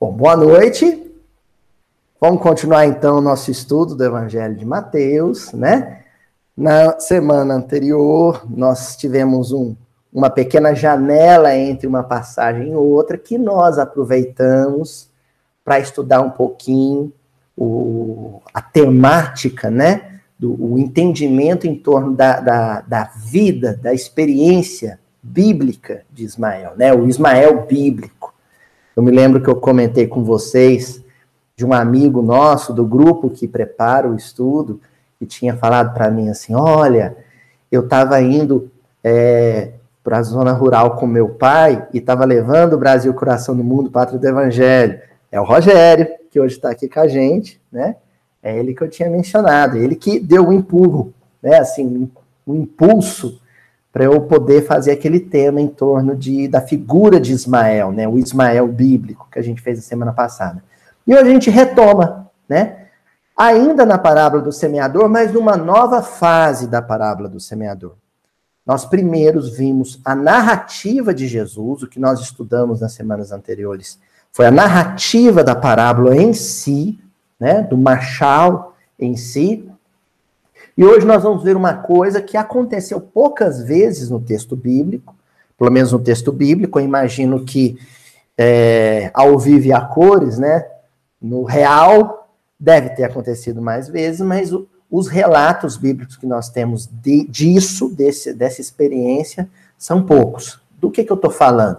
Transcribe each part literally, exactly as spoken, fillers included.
Bom, boa noite. Vamos continuar então o nosso estudo do Evangelho de Mateus, né? Na semana anterior, nós tivemos um, uma pequena janela entre uma passagem e outra que nós aproveitamos para estudar um pouquinho o, a temática, né? Do, o entendimento em torno da, da, da vida, da experiência bíblica de Ismael, né? O Ismael bíblico. Eu me lembro que eu comentei com vocês de um amigo nosso do grupo que prepara o estudo, que tinha falado para mim assim, olha, eu estava indo é, para a zona rural com meu pai e estava levando o Brasil, coração do mundo, pátria do Evangelho. É o Rogério, que hoje está aqui com a gente, né? É ele que eu tinha mencionado, ele que deu o empurro, né? Assim, o impulso para eu poder fazer aquele tema em torno de, da figura de Ismael, né? O Ismael bíblico, que a gente fez a semana passada. E hoje a gente retoma, né? Ainda na parábola do semeador, mas numa nova fase da parábola do semeador. Nós primeiros vimos a narrativa de Jesus, o que nós estudamos nas semanas anteriores, foi a narrativa da parábola em si, né? Do machal em si. E hoje nós vamos ver uma coisa que aconteceu poucas vezes no texto bíblico, pelo menos no texto bíblico, eu imagino que é, ao vivo e a cores, né, no real, deve ter acontecido mais vezes, mas o, os relatos bíblicos que nós temos de, disso, desse, dessa experiência, são poucos. Do que, que eu estou falando?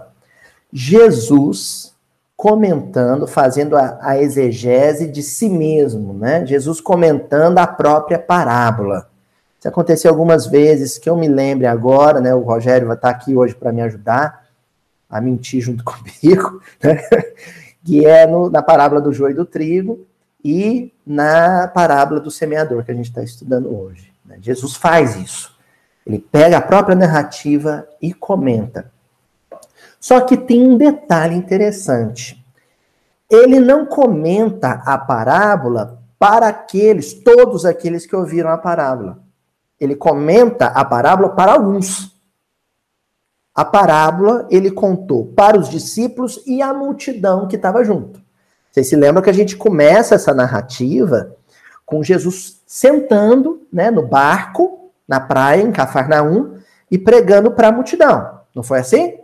Jesus comentando, fazendo a, a exegese de si mesmo, né? Jesus comentando a própria parábola. Isso aconteceu algumas vezes, que eu me lembre agora, né? O Rogério vai estar aqui hoje para me ajudar a mentir junto comigo, né? Que é no, na parábola do joio e do trigo e na parábola do semeador, que a gente está estudando hoje, né? Jesus faz isso. Ele pega a própria narrativa e comenta. Só que tem um detalhe interessante. Ele não comenta a parábola para aqueles, todos aqueles que ouviram a parábola. Ele comenta a parábola para alguns. A parábola ele contou para os discípulos e a multidão que estava junto. Vocês se lembram que a gente começa essa narrativa com Jesus sentando, né, no barco, na praia, em Cafarnaum, e pregando para a multidão. Não foi assim?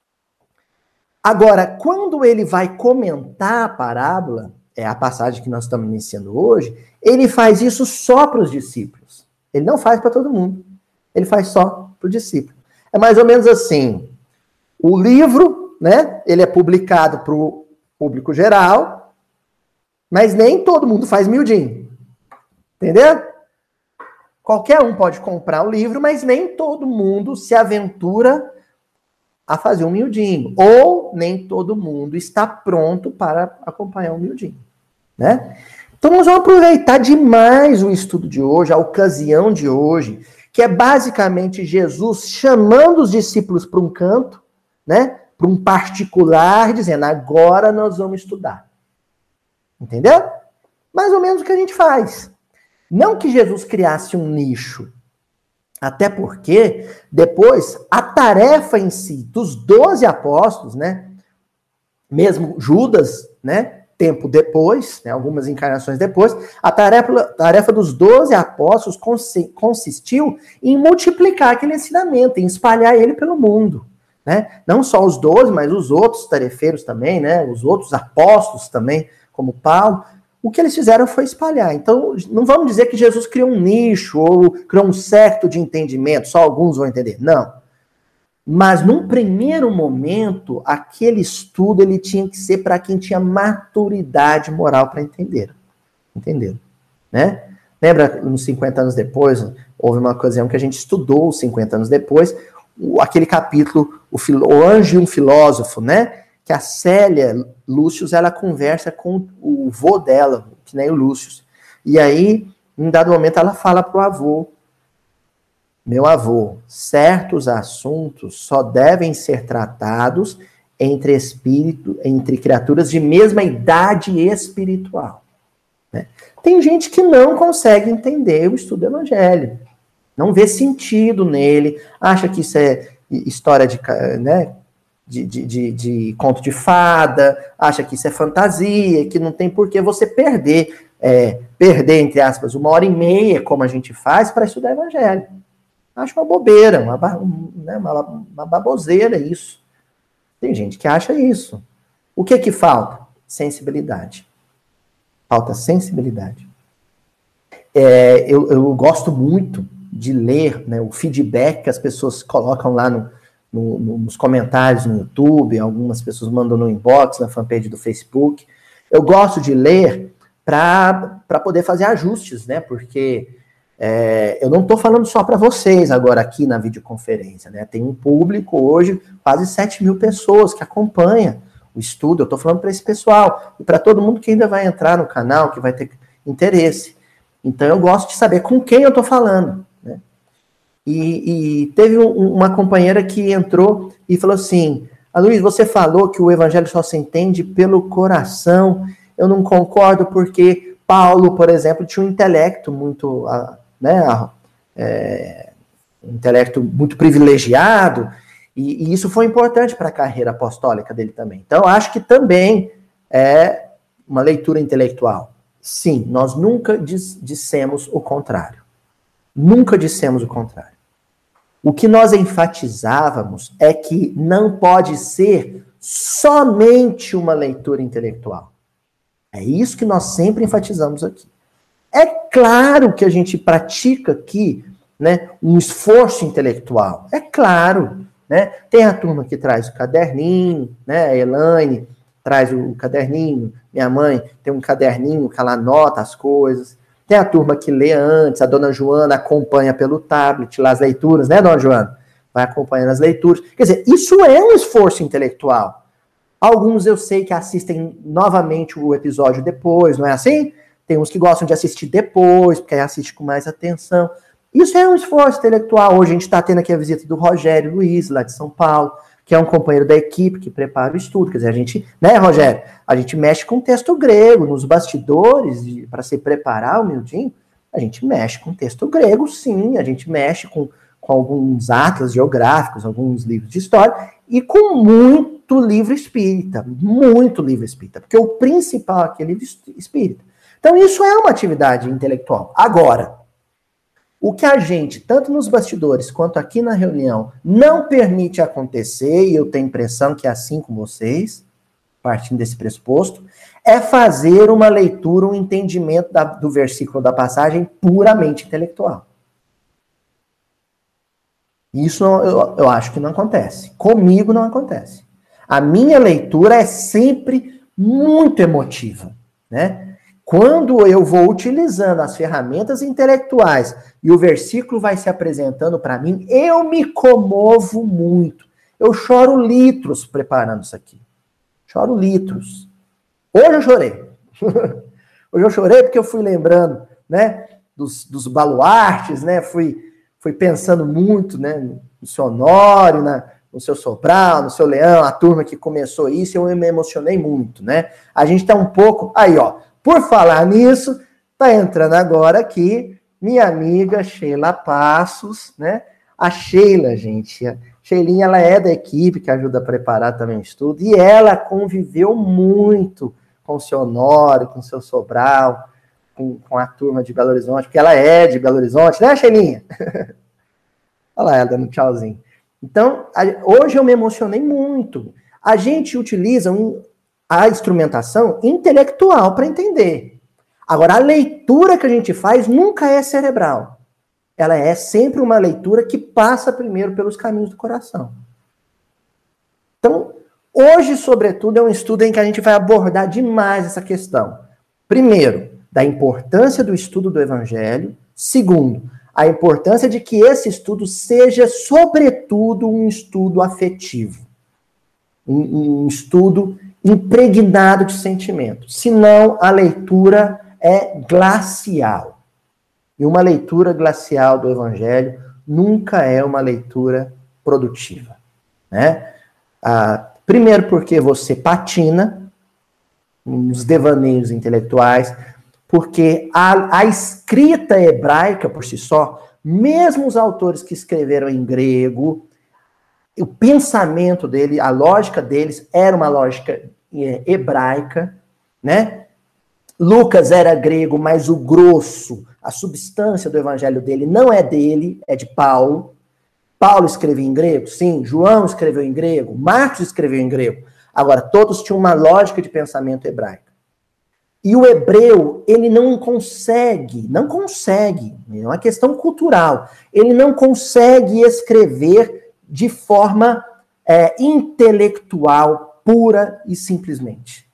Agora, quando ele vai comentar a parábola, é a passagem que nós estamos iniciando hoje, ele faz isso só para os discípulos. Ele não faz para todo mundo. Ele faz só para o discípulo. É mais ou menos assim. O livro, né, ele é publicado para o público geral, mas nem todo mundo faz miudinho. Entendeu? Qualquer um pode comprar o livro, mas nem todo mundo se aventura a fazer um miudinho. Ou nem todo mundo está pronto para acompanhar um miudinho, né? Então nós vamos aproveitar demais o estudo de hoje, a ocasião de hoje, que é basicamente Jesus chamando os discípulos para um canto, né? Para um particular, dizendo, agora nós vamos estudar. Entendeu? Mais ou menos o que a gente faz. Não que Jesus criasse um nicho, até porque, depois, a tarefa em si dos doze apóstolos, né, mesmo Judas, né, tempo depois, né, algumas encarnações depois, a tarefa, a tarefa dos doze apóstolos consistiu em multiplicar aquele ensinamento, em espalhar ele pelo mundo. Né? Não só os doze, mas os outros tarefeiros também, né, os outros apóstolos também, como Paulo. O que eles fizeram foi espalhar. Então, não vamos dizer que Jesus criou um nicho ou criou um certo de entendimento, só alguns vão entender. Não. Mas, num primeiro momento, aquele estudo ele tinha que ser para quem tinha maturidade moral para entender. Entenderam? Né? Lembra, uns cinquenta anos depois, houve uma ocasião que a gente estudou, cinquenta anos depois, aquele capítulo, o, filo, o Anjo e um Filósofo, né? Que a Célia Lúcius, ela conversa com o vô dela, que nem o Lúcius. E aí, em dado momento, ela fala para o avô, meu avô, certos assuntos só devem ser tratados entre espírito, entre criaturas de mesma idade espiritual. Né? Tem gente que não consegue entender o estudo do Evangelho, não vê sentido nele, acha que isso é história de, né, de, de, de, de conto de fada, acha que isso é fantasia, que não tem por que você perder, é, perder, entre aspas, uma hora e meia, como a gente faz, para estudar evangelho. Acho uma bobeira, uma, né, uma, uma baboseira isso. Tem gente que acha isso. O que que falta? Sensibilidade. Falta sensibilidade. É, eu, eu gosto muito de ler, né, o feedback que as pessoas colocam lá no, no, no, nos comentários no YouTube, algumas pessoas mandam no inbox, na fanpage do Facebook. Eu gosto de ler para poder fazer ajustes, né? Porque é, eu não estou falando só para vocês agora aqui na videoconferência, né? Tem um público hoje, quase sete mil pessoas que acompanha o estudo. Eu estou falando para esse pessoal e para todo mundo que ainda vai entrar no canal, que vai ter interesse. Então eu gosto de saber com quem eu estou falando, né? E, e teve um, uma companheira que entrou e falou assim: ah, Luiz, você falou que o evangelho só se entende pelo coração. Eu não concordo porque Paulo, por exemplo, tinha um intelecto muito, né, é, um intelecto muito privilegiado, e, e isso foi importante para a carreira apostólica dele também. Então, acho que também é uma leitura intelectual. Sim, nós nunca diz, dissemos o contrário. Nunca dissemos o contrário. O que nós enfatizávamos é que não pode ser somente uma leitura intelectual. É isso que nós sempre enfatizamos aqui. É claro que a gente pratica aqui, né, um esforço intelectual. É claro, né? Tem a turma que traz o caderninho, né? A Elaine traz o caderninho, minha mãe tem um caderninho que ela anota as coisas. Tem a turma que lê antes, a dona Joana acompanha pelo tablet lá as leituras, né, dona Joana? Vai acompanhando as leituras. Quer dizer, isso é um esforço intelectual. Alguns eu sei que assistem novamente o episódio depois, não é assim? Tem uns que gostam de assistir depois, porque aí assiste com mais atenção. Isso é um esforço intelectual. Hoje a gente está tendo aqui a visita do Rogério Luiz, lá de São Paulo, que é um companheiro da equipe que prepara o estudo. Quer dizer, a gente, né, Rogério? A gente mexe com texto grego, nos bastidores, para se preparar o miudinho, a gente mexe com texto grego, sim, a gente mexe com, com alguns atlas geográficos, alguns livros de história, e com muito livro espírita, muito livro espírita, porque o principal aqui é livro espírita. Então isso é uma atividade intelectual. Agora, o que a gente, tanto nos bastidores quanto aqui na reunião, não permite acontecer, e eu tenho a impressão que é assim com vocês, partindo desse pressuposto, é fazer uma leitura, um entendimento da, do versículo da passagem puramente intelectual. Isso eu, eu acho que não acontece. Comigo não acontece. A minha leitura é sempre muito emotiva, né? Quando eu vou utilizando as ferramentas intelectuais e o versículo vai se apresentando para mim, eu me comovo muito. Eu choro litros preparando isso aqui. Choro litros. Hoje eu chorei. Hoje eu chorei porque eu fui lembrando, né, dos, dos baluartes, né, fui, fui pensando muito, né, no seu Honório, na, no seu Sobral, no seu Leão, a turma que começou isso, eu me emocionei muito, né? A gente tá um pouco... Aí, ó, por falar nisso, tá entrando agora aqui minha amiga Sheila Passos, né? A Sheila, gente, a Sheilinha, ela é da equipe que ajuda a preparar também o estudo, e ela conviveu muito com o seu Honório, com o seu Sobral, com, com a turma de Belo Horizonte, porque ela é de Belo Horizonte, né, Sheilinha? Olha lá ela dando tchauzinho. Então, a, hoje eu me emocionei muito. A gente utiliza um, a instrumentação intelectual para entender. Agora, a leitura que a gente faz nunca é cerebral. Ela é sempre uma leitura que passa primeiro pelos caminhos do coração. Então, hoje, sobretudo, é um estudo em que a gente vai abordar demais essa questão. Primeiro, da importância do estudo do Evangelho. Segundo, a importância de que esse estudo seja, sobretudo, um estudo afetivo. Um, um estudo impregnado de sentimento. Senão, a leitura é glacial. E uma leitura glacial do Evangelho nunca é uma leitura produtiva, né? Ah, primeiro porque você patina nos devaneios intelectuais, porque a, a escrita hebraica por si só, mesmo os autores que escreveram em grego, o pensamento dele, a lógica deles era uma lógica é, hebraica, né? Lucas era grego, mas o grosso, a substância do evangelho dele não é dele, é de Paulo. Paulo escreveu em grego? Sim. João escreveu em grego? Marcos escreveu em grego. Agora, todos tinham uma lógica de pensamento hebraica. E o hebreu, ele não consegue, não consegue, é uma questão cultural, ele não consegue escrever de forma é, intelectual, pura e simplesmente.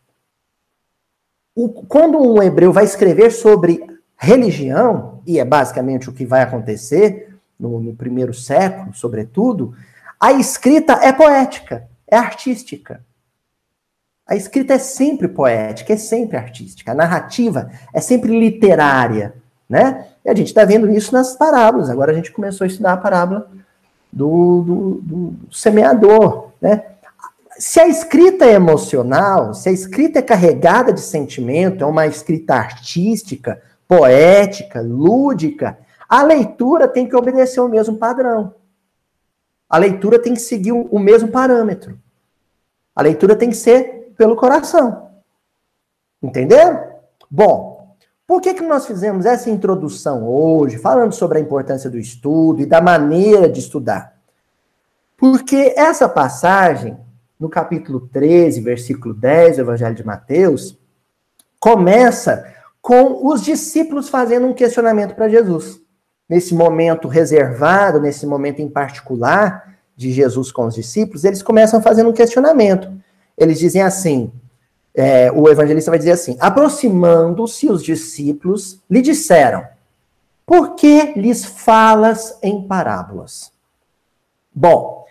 O, quando um hebreu vai escrever sobre religião, e é basicamente o que vai acontecer no, no primeiro século, sobretudo, a escrita é poética, é artística. A escrita é sempre poética, é sempre artística. A narrativa é sempre literária, né? E a gente está vendo isso nas parábolas. Agora a gente começou a estudar a parábola do, do, do semeador, né? Se a escrita é emocional, se a escrita é carregada de sentimento, é uma escrita artística, poética, lúdica, a leitura tem que obedecer o mesmo padrão. A leitura tem que seguir o mesmo parâmetro. A leitura tem que ser pelo coração. Entenderam? Bom, por que que nós fizemos essa introdução hoje, falando sobre a importância do estudo e da maneira de estudar? Porque essa passagem, no capítulo treze, versículo dez do Evangelho de Mateus, começa com os discípulos fazendo um questionamento para Jesus. Nesse momento reservado, nesse momento em particular de Jesus com os discípulos, eles começam fazendo um questionamento. Eles dizem assim, é, o evangelista vai dizer assim, aproximando-se os discípulos, lhe disseram, por que lhes falas em parábolas? Bom,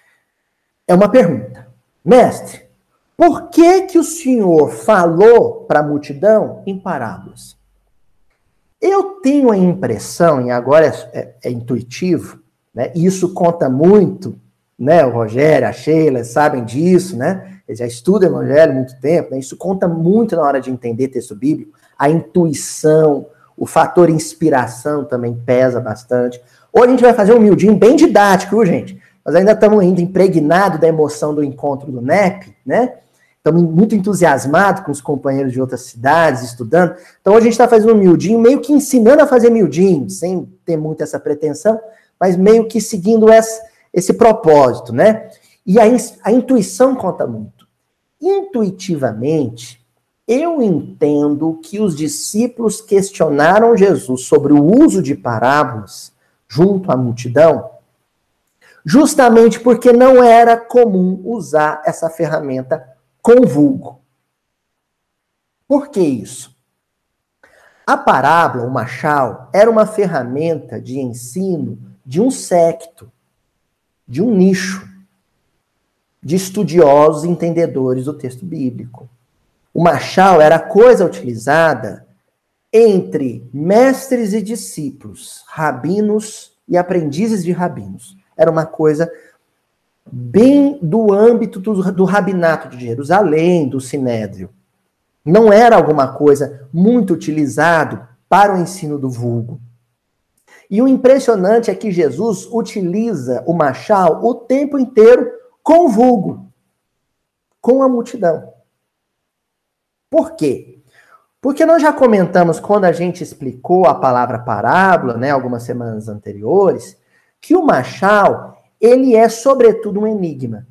é uma pergunta. Mestre, por que que o senhor falou para a multidão em parábolas? Eu tenho a impressão, e agora é, é, é intuitivo, né? E isso conta muito, né? O Rogério, a Sheila sabem disso, né? Eles já estudam o Evangelho há muito tempo, né? Isso conta muito na hora de entender texto bíblico. A intuição, o fator inspiração também pesa bastante. Hoje a gente vai fazer um miudinho bem didático, viu, gente? Nós ainda estamos ainda impregnados da emoção do encontro do N E P, né? Estamos muito entusiasmados com os companheiros de outras cidades, estudando. Então hoje a gente está fazendo um miudinho, meio que ensinando a fazer miudinho, sem ter muito essa pretensão, mas meio que seguindo esse, esse propósito, né? E a, a intuição conta muito. Intuitivamente, eu entendo que os discípulos questionaram Jesus sobre o uso de parábolas junto à multidão, justamente porque não era comum usar essa ferramenta com vulgo. Por que isso? A parábola, o machal, era uma ferramenta de ensino de um séquito, de um nicho, de estudiosos e entendedores do texto bíblico. O machal era a coisa utilizada entre mestres e discípulos, rabinos e aprendizes de rabinos. Era uma coisa bem do âmbito do, do rabinato de Jerusalém, do Sinédrio. Não era alguma coisa muito utilizado para o ensino do vulgo. E o impressionante é que Jesus utiliza o machal o tempo inteiro com o vulgo, com a multidão. Por quê? Porque nós já comentamos, quando a gente explicou a palavra parábola, né, algumas semanas anteriores, que o machal, ele é, sobretudo, um enigma.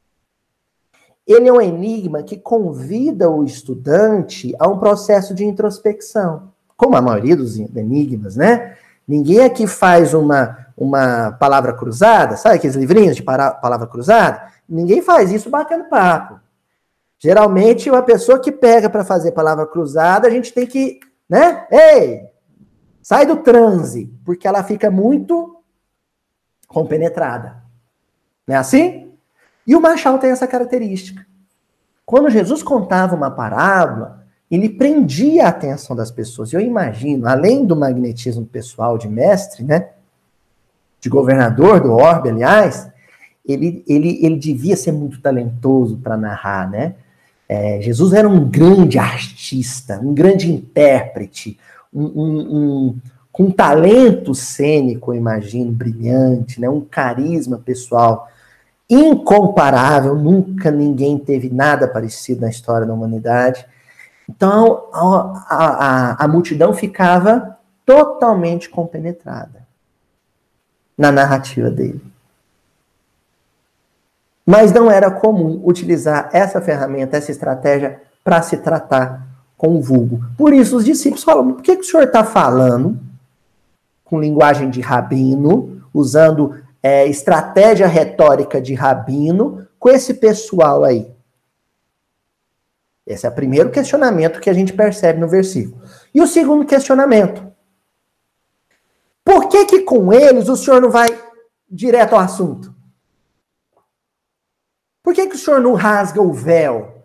Ele é um enigma que convida o estudante a um processo de introspecção. Como a maioria dos enigmas, né? Ninguém aqui faz uma, uma palavra cruzada, sabe aqueles livrinhos de para, palavra cruzada? Ninguém faz isso batendo papo. Geralmente, uma pessoa que pega para fazer palavra cruzada, a gente tem que, né? Ei, sai do transe, porque ela fica muito compenetrada. Não é assim? E o machal tem essa característica. Quando Jesus contava uma parábola, ele prendia a atenção das pessoas. Eu imagino, além do magnetismo pessoal de mestre, né? De governador do orbe, aliás, ele, ele, ele devia ser muito talentoso para narrar, né? É, Jesus era um grande artista, um grande intérprete, um, um, um, com um talento cênico, eu imagino, brilhante, né? Um carisma pessoal. incomparável, nunca ninguém teve nada parecido na história da humanidade. Então, a, a, a multidão ficava totalmente compenetrada na narrativa dele. Mas não era comum utilizar essa ferramenta, essa estratégia, para se tratar com o vulgo. Por isso, os discípulos falam, por que, que o senhor está falando com linguagem de rabino, usando é, estratégia retórica de rabino, com esse pessoal aí? Esse é o primeiro questionamento que a gente percebe no versículo. E o segundo questionamento. Por que que com eles o senhor não vai direto ao assunto? Por que que o senhor não rasga o véu?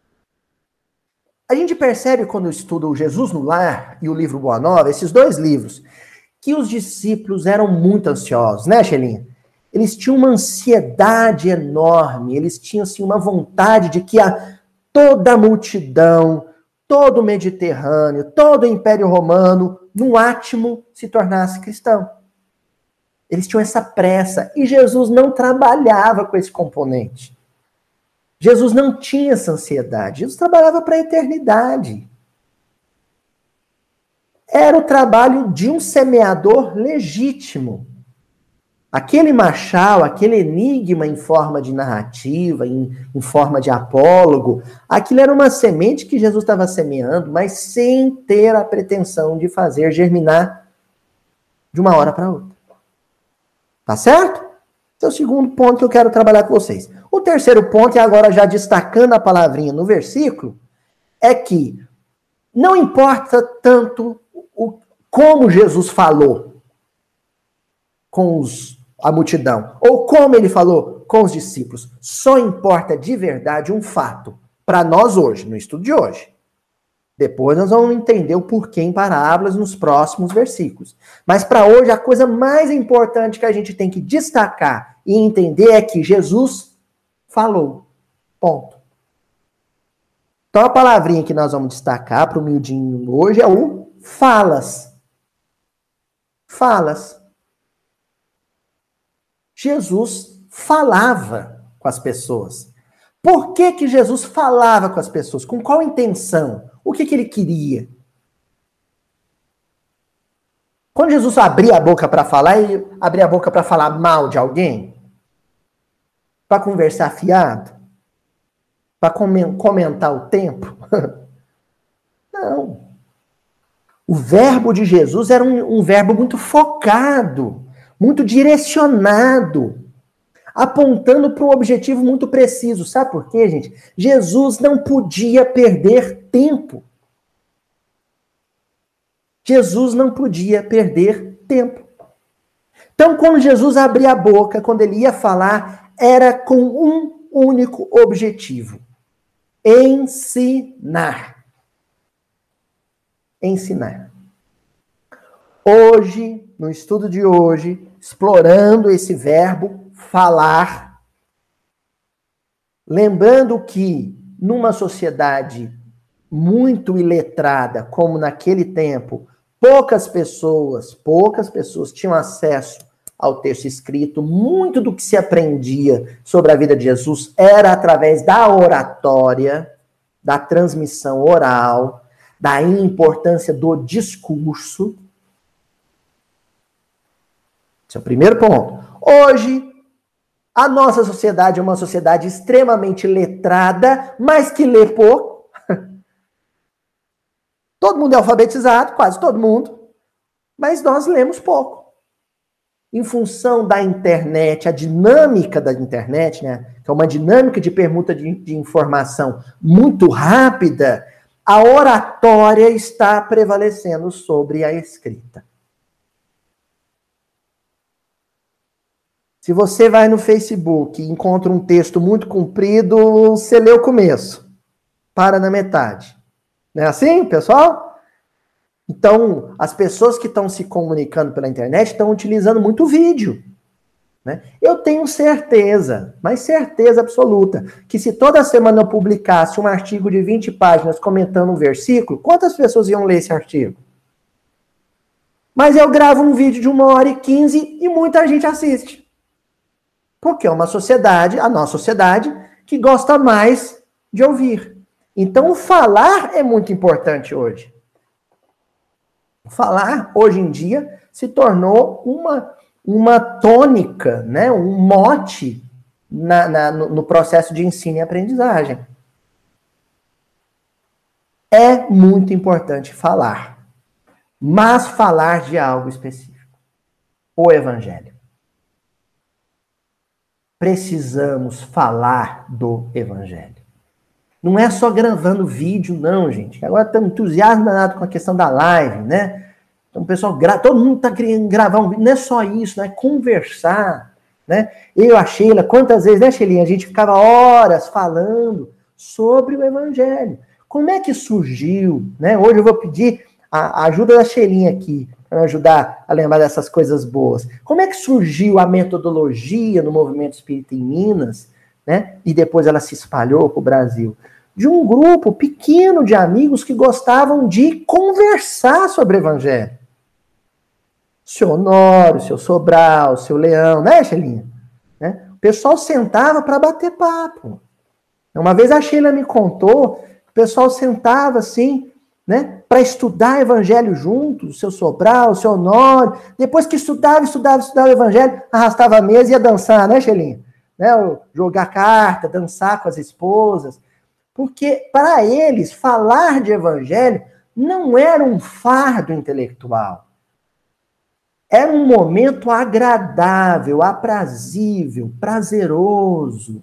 A gente percebe quando estuda o Jesus no Lar e o livro Boa Nova, esses dois livros, que os discípulos eram muito ansiosos, né, Shelinha? Eles tinham uma ansiedade enorme, eles tinham assim, uma vontade de que a, toda a multidão, todo o Mediterrâneo, todo o Império Romano, no átimo, se tornasse cristão. Eles tinham essa pressa, e Jesus não trabalhava com esse componente. Jesus não tinha essa ansiedade, Jesus trabalhava para a eternidade. Era o trabalho de um semeador legítimo. Aquele machal, aquele enigma em forma de narrativa, em, em forma de apólogo, aquilo era uma semente que Jesus estava semeando, mas sem ter a pretensão de fazer germinar de uma hora para outra. Tá certo? Esse é o segundo ponto que eu quero trabalhar com vocês. O terceiro ponto, e agora já destacando a palavrinha no versículo, é que não importa tanto o, como Jesus falou com os, a multidão, ou como ele falou com os discípulos, só importa de verdade um fato, para nós hoje, no estudo de hoje. Depois nós vamos entender o porquê em parábolas nos próximos versículos. Mas para hoje, a coisa mais importante que a gente tem que destacar e entender é que Jesus falou. Ponto. Então a palavrinha que nós vamos destacar para o miudinho hoje é o falas. Falas. Jesus falava com as pessoas. Por que que Jesus falava com as pessoas? Com qual intenção? O que que ele queria? Quando Jesus abria a boca para falar, ele abria a boca para falar mal de alguém? Para conversar fiado? Para comentar o tempo? Não. O verbo de Jesus era um, um verbo muito focado, muito direcionado, apontando para um objetivo muito preciso. Sabe por quê, gente? Jesus não podia perder tempo. Jesus não podia perder tempo. Então, quando Jesus abria a boca, quando ele ia falar, era com um único objetivo: ensinar. Ensinar. Hoje, no estudo de hoje, explorando esse verbo falar, lembrando que numa sociedade muito iletrada, como naquele tempo, poucas pessoas, poucas pessoas tinham acesso ao texto escrito, muito do que se aprendia sobre a vida de Jesus era através da oratória, da transmissão oral, da importância do discurso. Esse é o primeiro ponto. Hoje, a nossa sociedade é uma sociedade extremamente letrada, mas que lê pouco. Todo mundo é alfabetizado, quase todo mundo, mas nós lemos pouco. Em função da internet, a dinâmica da internet, né, que é uma dinâmica de permuta de, de informação muito rápida, a oratória está prevalecendo sobre a escrita. Se você vai no Facebook e encontra um texto muito comprido, você lê o começo, para na metade. Não é assim, pessoal? Então, as pessoas que estão se comunicando pela internet estão utilizando muito vídeo. Né? Eu tenho certeza, mas certeza absoluta, que se toda semana eu publicasse um artigo de vinte páginas comentando um versículo, quantas pessoas iam ler esse artigo? Mas eu gravo um vídeo de uma hora e quinze e muita gente assiste. Porque é uma sociedade, a nossa sociedade, que gosta mais de ouvir. Então, o falar é muito importante hoje. O falar, hoje em dia, se tornou uma, uma tônica, né? Um mote na, na, no, no processo de ensino e aprendizagem. É muito importante falar, mas falar de algo específico. O Evangelho. Precisamos falar do Evangelho. Não é só gravando vídeo, não, gente. Agora estamos entusiasmados com a questão da live, né? Então, o pessoal, gra... todo mundo está querendo gravar um vídeo. Não é só isso, né? Conversar, né? Eu, a Sheila, quantas vezes, né, Sheilinha? A gente ficava horas falando sobre o Evangelho. Como é que surgiu, né? Hoje eu vou pedir a ajuda da Sheilinha aqui, para me ajudar a lembrar dessas coisas boas. Como é que surgiu a metodologia no movimento espírita em Minas, né? E depois ela se espalhou para o Brasil? De um grupo pequeno de amigos que gostavam de conversar sobre o Evangelho. Seu Honório, seu Sobral, seu Leão, né, Sheilinha? Né? O pessoal sentava para bater papo. Uma vez a Sheila me contou, o pessoal sentava assim, né, para estudar Evangelho junto, o seu Sobral, o seu Honório. Depois que estudava, estudava, estudava o Evangelho, arrastava a mesa e ia dançar, né, Sheilinha? Né, jogar carta, dançar com as esposas. Porque, para eles, falar de Evangelho não era um fardo intelectual. Era um momento agradável, aprazível, prazeroso.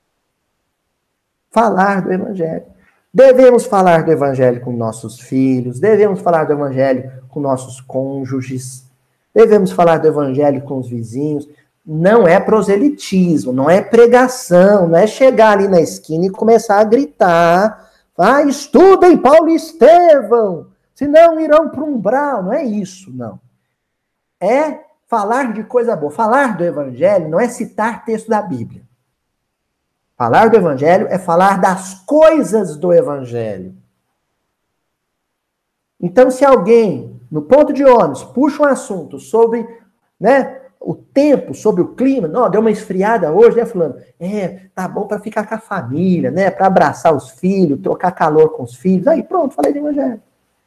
Falar do Evangelho. Devemos falar do Evangelho com nossos filhos, devemos falar do Evangelho com nossos cônjuges, devemos falar do Evangelho com os vizinhos. Não é proselitismo, não é pregação, não é chegar ali na esquina e começar a gritar, ah, estudem Paulo e Estevão, senão irão para o umbral. Não é isso, não. É falar de coisa boa. Falar do Evangelho não é citar texto da Bíblia. Falar do Evangelho é falar das coisas do Evangelho. Então, se alguém, no ponto de ônibus, puxa um assunto sobre, né, o tempo, sobre o clima, não, deu uma esfriada hoje, né, fulano? É, tá bom para ficar com a família, né, para abraçar os filhos, trocar calor com os filhos. Aí, pronto, falei de Evangelho.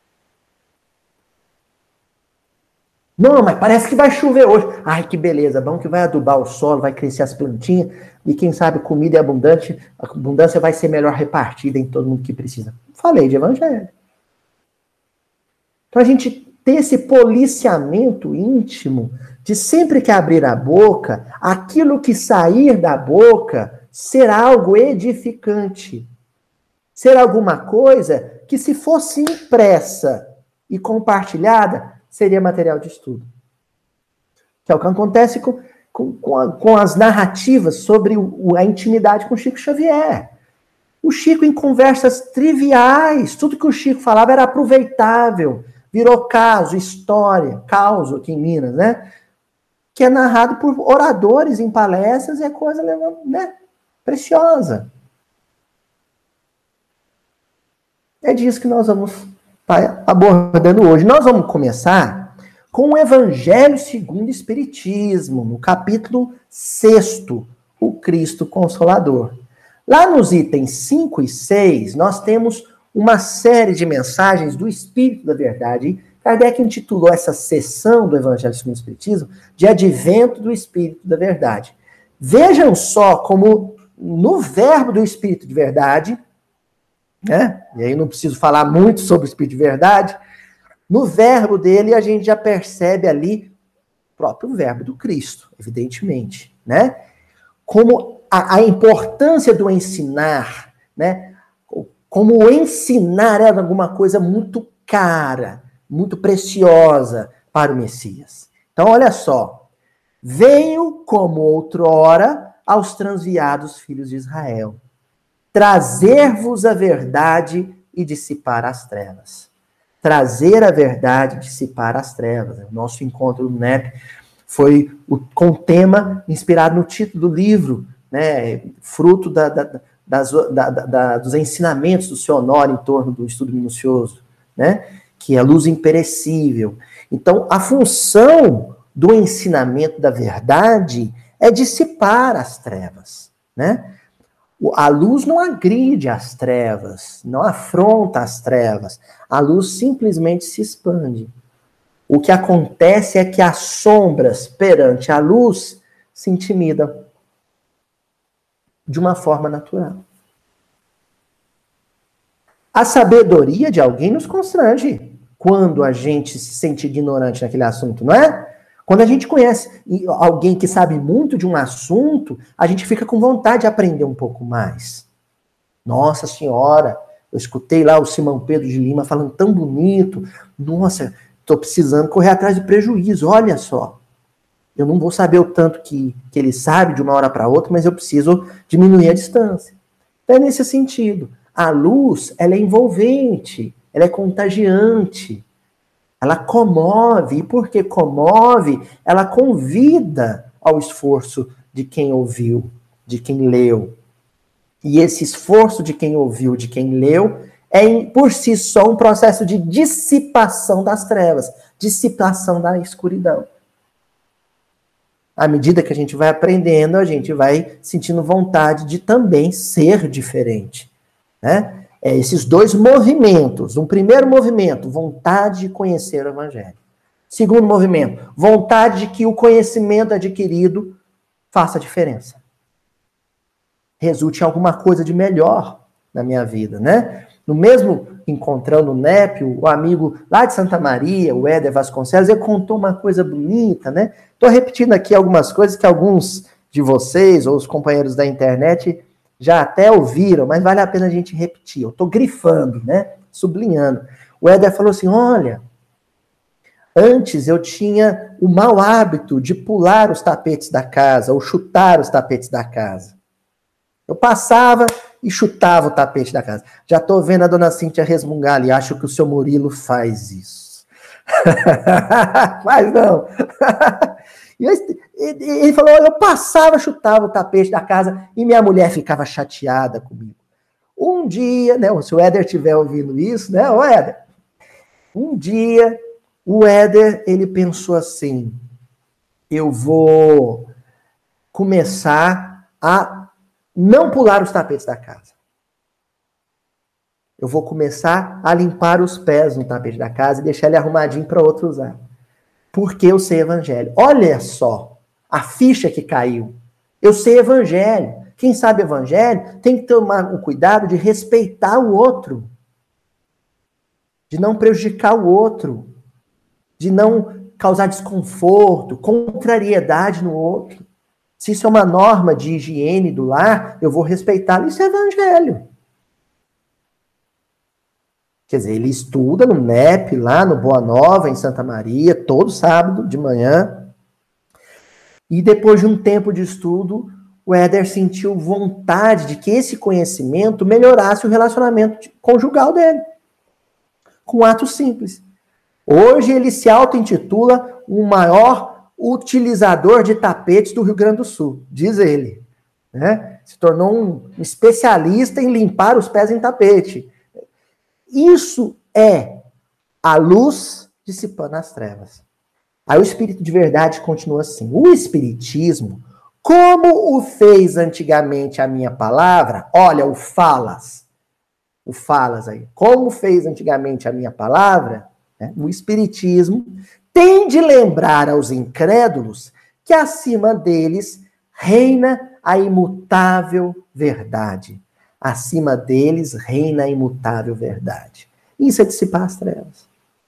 Não, mas parece que vai chover hoje. Ai, que beleza, bom que vai adubar o solo, vai crescer as plantinhas, e quem sabe comida é abundante, a abundância vai ser melhor repartida em todo mundo que precisa. Falei de Evangelho. Então a gente tem esse policiamento íntimo de sempre que abrir a boca, aquilo que sair da boca será algo edificante. Será alguma coisa que, se fosse impressa e compartilhada, seria material de estudo. Que é o que acontece com, com, com, a, com as narrativas sobre o, a intimidade com Chico Xavier. O Chico, em conversas triviais, tudo que o Chico falava era aproveitável, virou caso, história, causo aqui em Minas, né? Que é narrado por oradores em palestras e é coisa, né, preciosa. É disso que nós vamos estar abordando hoje. Nós vamos começar com o Evangelho segundo o Espiritismo, no capítulo sexto, o Cristo Consolador. Lá nos itens cinco e seis, nós temos uma série de mensagens do Espírito da Verdade. Kardec intitulou essa sessão do Evangelho segundo o Espiritismo de Advento do Espírito da Verdade. Vejam só como no verbo do Espírito de Verdade, né? E aí não preciso falar muito sobre o Espírito de Verdade, no verbo dele a gente já percebe ali o próprio verbo do Cristo, evidentemente, né? Como a, a importância do ensinar, né? Como o ensinar era alguma coisa muito cara, muito preciosa para o Messias. Então, olha só. Veio como outrora aos transviados filhos de Israel, trazer-vos a verdade e dissipar as trevas. Trazer a verdade e dissipar as trevas. O nosso encontro no N E P foi o, com o tema inspirado no título do livro, né, fruto da, da, das, da, da, dos ensinamentos do seu Honório em torno do estudo minucioso, né, que é a luz imperecível. Então, a função do ensinamento da verdade é dissipar as trevas, né? A luz não agride as trevas, não afronta as trevas. A luz simplesmente se expande. O que acontece é que as sombras perante a luz se intimidam de uma forma natural. A sabedoria de alguém nos constrange quando a gente se sente ignorante naquele assunto, não é? Quando a gente conhece alguém que sabe muito de um assunto, a gente fica com vontade de aprender um pouco mais. Nossa Senhora, eu escutei lá o Simão Pedro de Lima falando tão bonito. Nossa, estou precisando correr atrás de prejuízo, olha só. Eu não vou saber o tanto que, que ele sabe de uma hora para outra, mas eu preciso diminuir a distância. Então é nesse sentido. A luz, ela é envolvente, ela é contagiante. Ela comove, e porque comove, ela convida ao esforço de quem ouviu, de quem leu. E esse esforço de quem ouviu, de quem leu, é por si só um processo de dissipação das trevas, dissipação da escuridão. À medida que a gente vai aprendendo, a gente vai sentindo vontade de também ser diferente, né? É, esses dois movimentos. Um primeiro movimento, vontade de conhecer o Evangelho. Segundo movimento, vontade de que o conhecimento adquirido faça diferença. Resulte em alguma coisa de melhor na minha vida, né? No mesmo encontrando o Népio, o amigo lá de Santa Maria, o Éder Vasconcelos, ele contou uma coisa bonita, né? Estou repetindo aqui algumas coisas que alguns de vocês, ou os companheiros da internet, já até ouviram, mas vale a pena a gente repetir. Eu estou grifando, né? Sublinhando. O Éder falou assim, olha, antes eu tinha o mau hábito de pular os tapetes da casa, ou chutar os tapetes da casa. Eu passava e chutava o tapete da casa. Já estou vendo a dona Cíntia resmungar ali, acho que o seu Murilo faz isso. Faz não. Ele falou, eu passava, chutava o tapete da casa e minha mulher ficava chateada comigo. Um dia, né, se o Éder estiver ouvindo isso, né, o Éder, um dia o Éder, ele pensou assim, eu vou começar a não pular os tapetes da casa. Eu vou começar a limpar os pés no tapete da casa e deixar ele arrumadinho para outro usar. Porque eu sei evangelho. Olha só a ficha que caiu. Eu sei evangelho. Quem sabe evangelho tem que tomar o cuidado de respeitar o outro. De não prejudicar o outro. De não causar desconforto, contrariedade no outro. Se isso é uma norma de higiene do lar, eu vou respeitá-lo. Isso é evangelho. Quer dizer, ele estuda no Nep, lá no Boa Nova, em Santa Maria, todo sábado de manhã. E depois de um tempo de estudo, o Éder sentiu vontade de que esse conhecimento melhorasse o relacionamento conjugal dele. Com atos simples. Hoje ele se auto-intitula o maior utilizador de tapetes do Rio Grande do Sul, diz ele. Né? Se tornou um especialista em limpar os pés em tapete. Isso é a luz dissipando as trevas. Aí o Espírito de Verdade continua assim. O Espiritismo, como o fez antigamente a minha palavra, olha, o falas, o falas aí, como fez antigamente a minha palavra, né, o Espiritismo tem de lembrar aos incrédulos que acima deles reina a imutável verdade. Acima deles reina a imutável verdade. Isso é dissipar as trevas.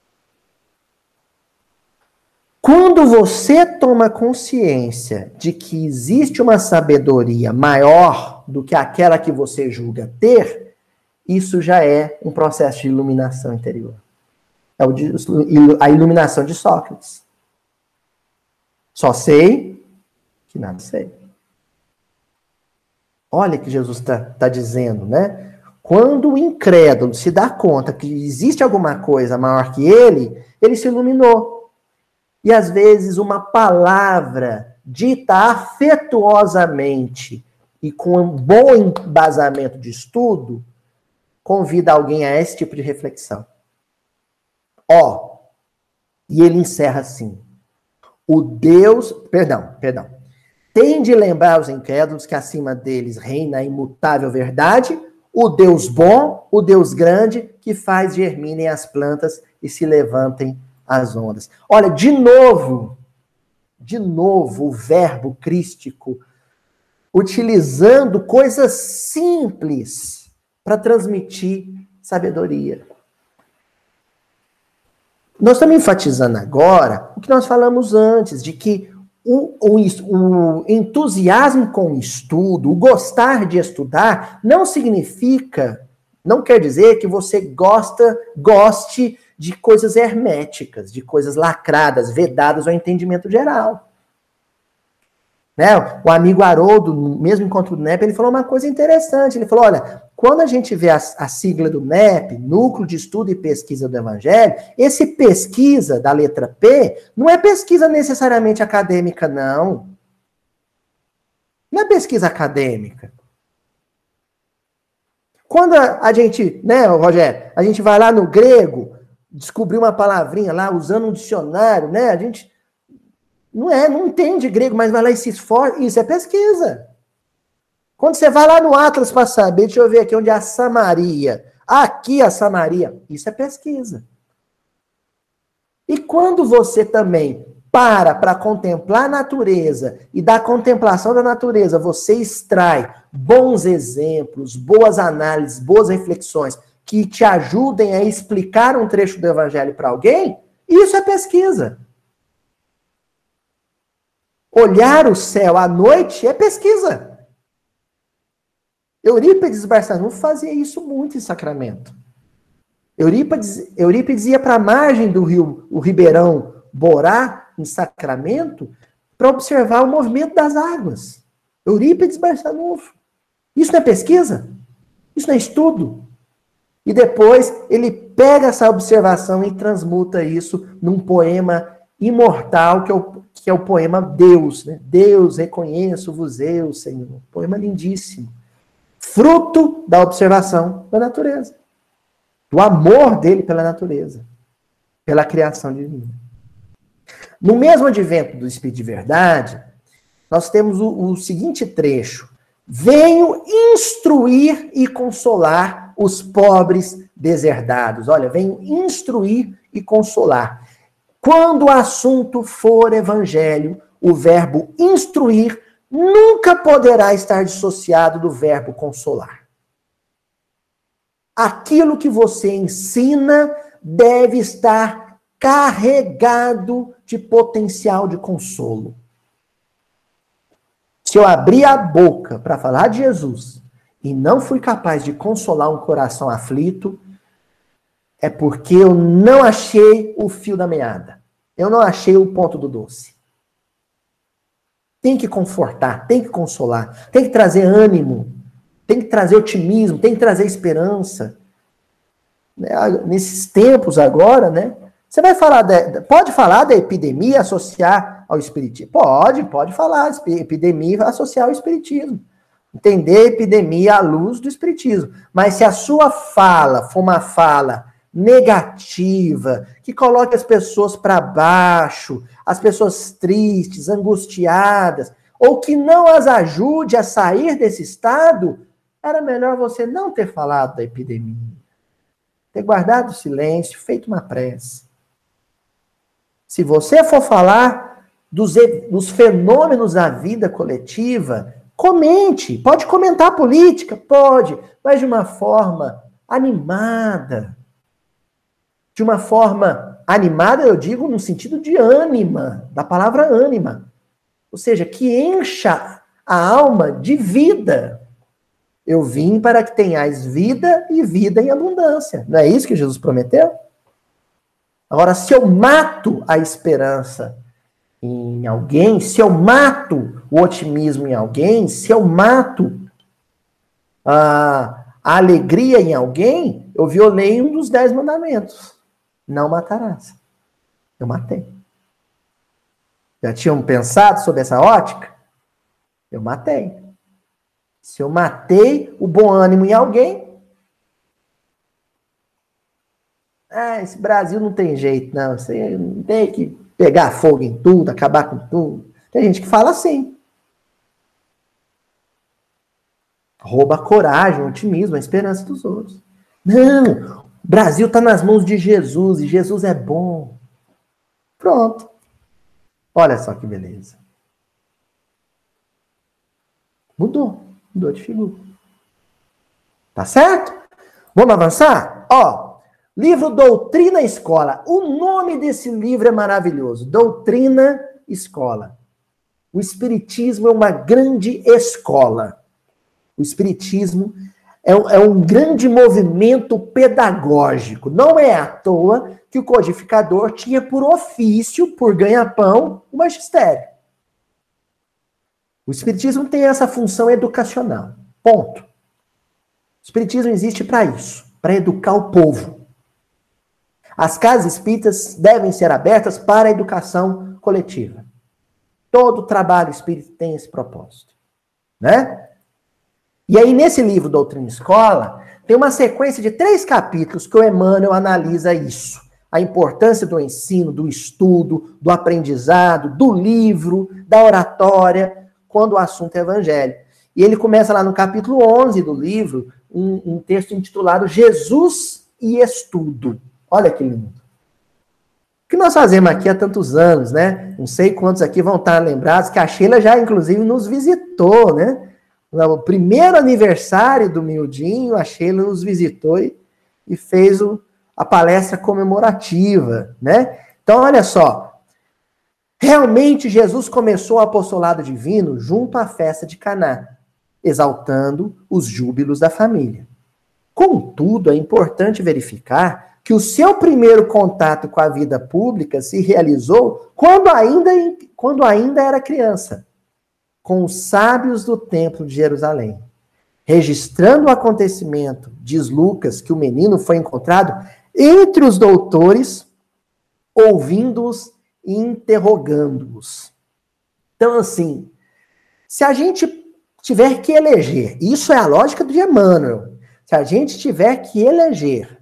Quando você toma consciência de que existe uma sabedoria maior do que aquela que você julga ter, isso já é um processo de iluminação interior. É a iluminação de Sócrates. Só sei que nada sei. Olha que Jesus está tá dizendo, né? Quando o incrédulo se dá conta que existe alguma coisa maior que ele, ele se iluminou. E às vezes uma palavra dita afetuosamente e com um bom embasamento de estudo, convida alguém a esse tipo de reflexão. Ó, e ele encerra assim. O Deus, perdão, perdão. tem de lembrar os incrédulos que acima deles reina a imutável verdade, o Deus bom, o Deus grande, que faz germinem as plantas e se levantem as ondas. Olha, de novo, de novo, o verbo crístico, utilizando coisas simples para transmitir sabedoria. Nós estamos enfatizando agora o que nós falamos antes, de que o, o, o entusiasmo com o estudo, o gostar de estudar, não significa, não quer dizer que você gosta, goste de coisas herméticas, de coisas lacradas, vedadas ao entendimento geral. Né? O amigo Haroldo, no mesmo encontro do N E P, ele falou uma coisa interessante. Ele falou, olha, quando a gente vê a, a sigla do N E P, Núcleo de Estudo e Pesquisa do Evangelho, esse pesquisa da letra P não é pesquisa necessariamente acadêmica, não. Não é pesquisa acadêmica. Quando a, a gente, né, Rogério, a gente vai lá no grego, descobrir uma palavrinha lá, usando um dicionário, né, a gente... Não é, não entende grego, mas vai lá e se esforça. Isso é pesquisa. Quando você vai lá no Atlas para saber, deixa eu ver aqui onde é a Samaria. Aqui a Samaria. Isso é pesquisa. E quando você também para para contemplar a natureza e da contemplação da natureza, você extrai bons exemplos, boas análises, boas reflexões que te ajudem a explicar um trecho do Evangelho para alguém, isso é pesquisa. Olhar o céu à noite é pesquisa. Eurípides Barçanufo fazia isso muito em Sacramento. Eurípides, Eurípides ia para a margem do rio, o Ribeirão Borá, em Sacramento, para observar o movimento das águas. Eurípides Barçanufo. Isso não é pesquisa? Isso não é estudo? E depois ele pega essa observação e transmuta isso num poema imortal, que é o que é o poema Deus, né? Deus, reconheço-vos eu, Senhor. Poema lindíssimo. Fruto da observação da natureza. Do amor dele pela natureza. Pela criação divina. No mesmo advento do Espírito de Verdade, nós temos o, o seguinte trecho. Venho instruir e consolar os pobres deserdados. Olha, venho instruir e consolar. Quando o assunto for evangelho, o verbo instruir nunca poderá estar dissociado do verbo consolar. Aquilo que você ensina deve estar carregado de potencial de consolo. Se eu abrir a boca para falar de Jesus e não fui capaz de consolar um coração aflito, é porque eu não achei o fio da meada. Eu não achei o ponto do doce. Tem que confortar, tem que consolar, tem que trazer ânimo, tem que trazer otimismo, tem que trazer esperança. Nesses tempos agora, né? Você vai falar, de, pode falar da epidemia associar ao espiritismo? Pode, pode falar, epidemia associar ao espiritismo. Entender a epidemia à luz do espiritismo. Mas se a sua fala for uma fala negativa, que coloque as pessoas para baixo, as pessoas tristes, angustiadas, ou que não as ajude a sair desse estado, era melhor você não ter falado da epidemia. Ter guardado o silêncio, feito uma prece. Se você for falar dos, dos fenômenos da vida coletiva, comente. Pode comentar política? Pode, mas de uma forma animada. De uma forma animada, eu digo no sentido de ânima, da palavra ânima. Ou seja, que encha a alma de vida. Eu vim para que tenhais vida e vida em abundância. Não é isso que Jesus prometeu? Agora, se eu mato a esperança em alguém, se eu mato o otimismo em alguém, se eu mato a, a alegria em alguém, eu violei um dos dez mandamentos. Não matarás. Eu matei. Já tinham pensado sobre essa ótica? Eu matei. Se eu matei o bom ânimo em alguém, ah, esse Brasil não tem jeito, não. Você tem que pegar fogo em tudo, acabar com tudo. Tem gente que fala assim. Rouba a coragem, o otimismo, a esperança dos outros. Não, o Brasil está nas mãos de Jesus e Jesus é bom. Pronto. Olha só que beleza. Mudou. Mudou de figura. Tá certo? Vamos avançar? Ó, livro Doutrina Escola. O nome desse livro é maravilhoso. Doutrina Escola. O Espiritismo é uma grande escola. O Espiritismo é um, é um grande movimento pedagógico. Não é à toa que o codificador tinha por ofício, por ganha-pão, o magistério. O Espiritismo tem essa função educacional. Ponto. O Espiritismo existe para isso, para educar o povo. As casas espíritas devem ser abertas para a educação coletiva. Todo trabalho espírita tem esse propósito, né? E aí, nesse livro Doutrina Escola, tem uma sequência de três capítulos que o Emmanuel analisa isso. A importância do ensino, do estudo, do aprendizado, do livro, da oratória, quando o assunto é evangelho. E ele começa lá no capítulo onze do livro, um, um texto intitulado Jesus e Estudo. Olha que lindo. O que nós fazemos aqui há tantos anos, né? Não sei quantos aqui vão estar lembrados que a Sheila já, inclusive, nos visitou, né? No primeiro aniversário do Miudinho, a Sheila nos visitou e, e fez o, a palestra comemorativa, né? Então, olha só. Realmente, Jesus começou o apostolado divino junto à festa de Caná, exaltando os júbilos da família. Contudo, é importante verificar que o seu primeiro contato com a vida pública se realizou quando ainda, quando ainda era criança, com os sábios do templo de Jerusalém. Registrando o acontecimento, diz Lucas que o menino foi encontrado entre os doutores, ouvindo-os e interrogando-os. Então, assim, se a gente tiver que eleger, isso é a lógica do Emmanuel, se a gente tiver que eleger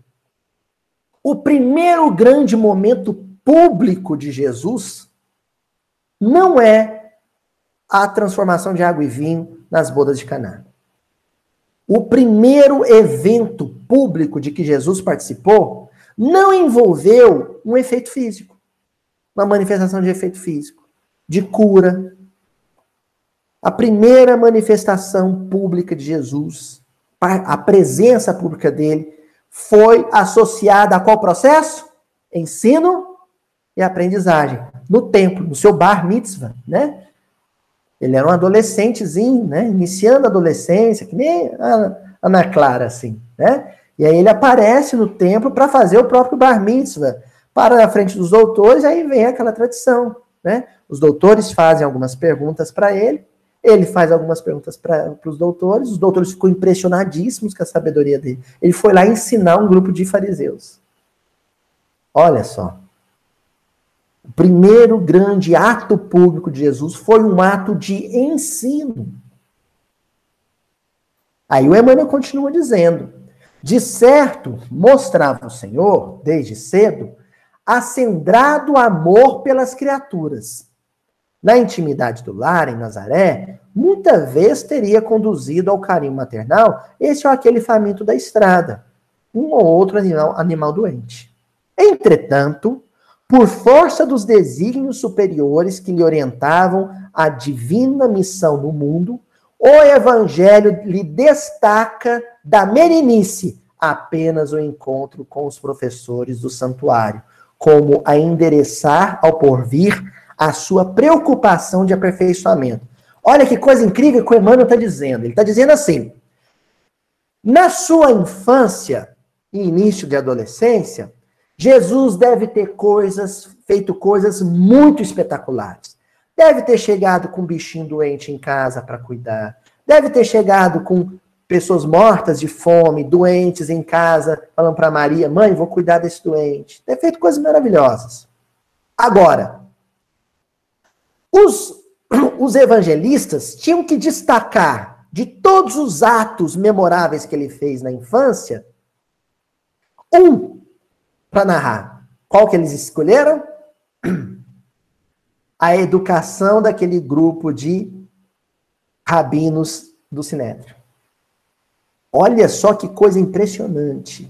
o primeiro grande momento público de Jesus, não é a transformação de água e vinho nas bodas de Caná. O primeiro evento público de que Jesus participou não envolveu um efeito físico, uma manifestação de efeito físico, de cura. A primeira manifestação pública de Jesus, a presença pública dele, foi associada a qual processo? Ensino e aprendizagem. No templo, no seu bar mitzvah, né? Ele era um adolescentezinho, né? Iniciando a adolescência, que nem a Ana Clara, assim, né? E aí ele aparece no templo para fazer o próprio bar mitzvah, para na frente dos doutores, aí vem aquela tradição, né? Os doutores fazem algumas perguntas para ele, ele faz algumas perguntas para os doutores, os doutores ficam impressionadíssimos com a sabedoria dele. Ele foi lá ensinar um grupo de fariseus. Olha só. O primeiro grande ato público de Jesus foi um ato de ensino. Aí o Emmanuel continua dizendo, de certo, mostrava o Senhor, desde cedo, acendrado amor pelas criaturas. Na intimidade do lar, em Nazaré, muita vez teria conduzido ao carinho maternal esse ou aquele faminto da estrada, um ou outro animal, animal doente. Entretanto, por força dos desígnios superiores que lhe orientavam a divina missão no mundo, o Evangelho lhe destaca da meninice apenas o encontro com os professores do santuário, como a endereçar ao porvir a sua preocupação de aperfeiçoamento. Olha que coisa incrível que o Emmanuel está dizendo. Ele está dizendo assim, na sua infância e início de adolescência, Jesus deve ter coisas, feito coisas muito espetaculares. Deve ter chegado com um bichinho doente em casa para cuidar. Deve ter chegado com pessoas mortas de fome, doentes em casa, falando para Maria, mãe, vou cuidar desse doente. Deve ter feito coisas maravilhosas. Agora, os, os evangelistas tinham que destacar de todos os atos memoráveis que ele fez na infância, um para narrar. Qual que eles escolheram? A educação daquele grupo de rabinos do Sinédrio. Olha só que coisa impressionante.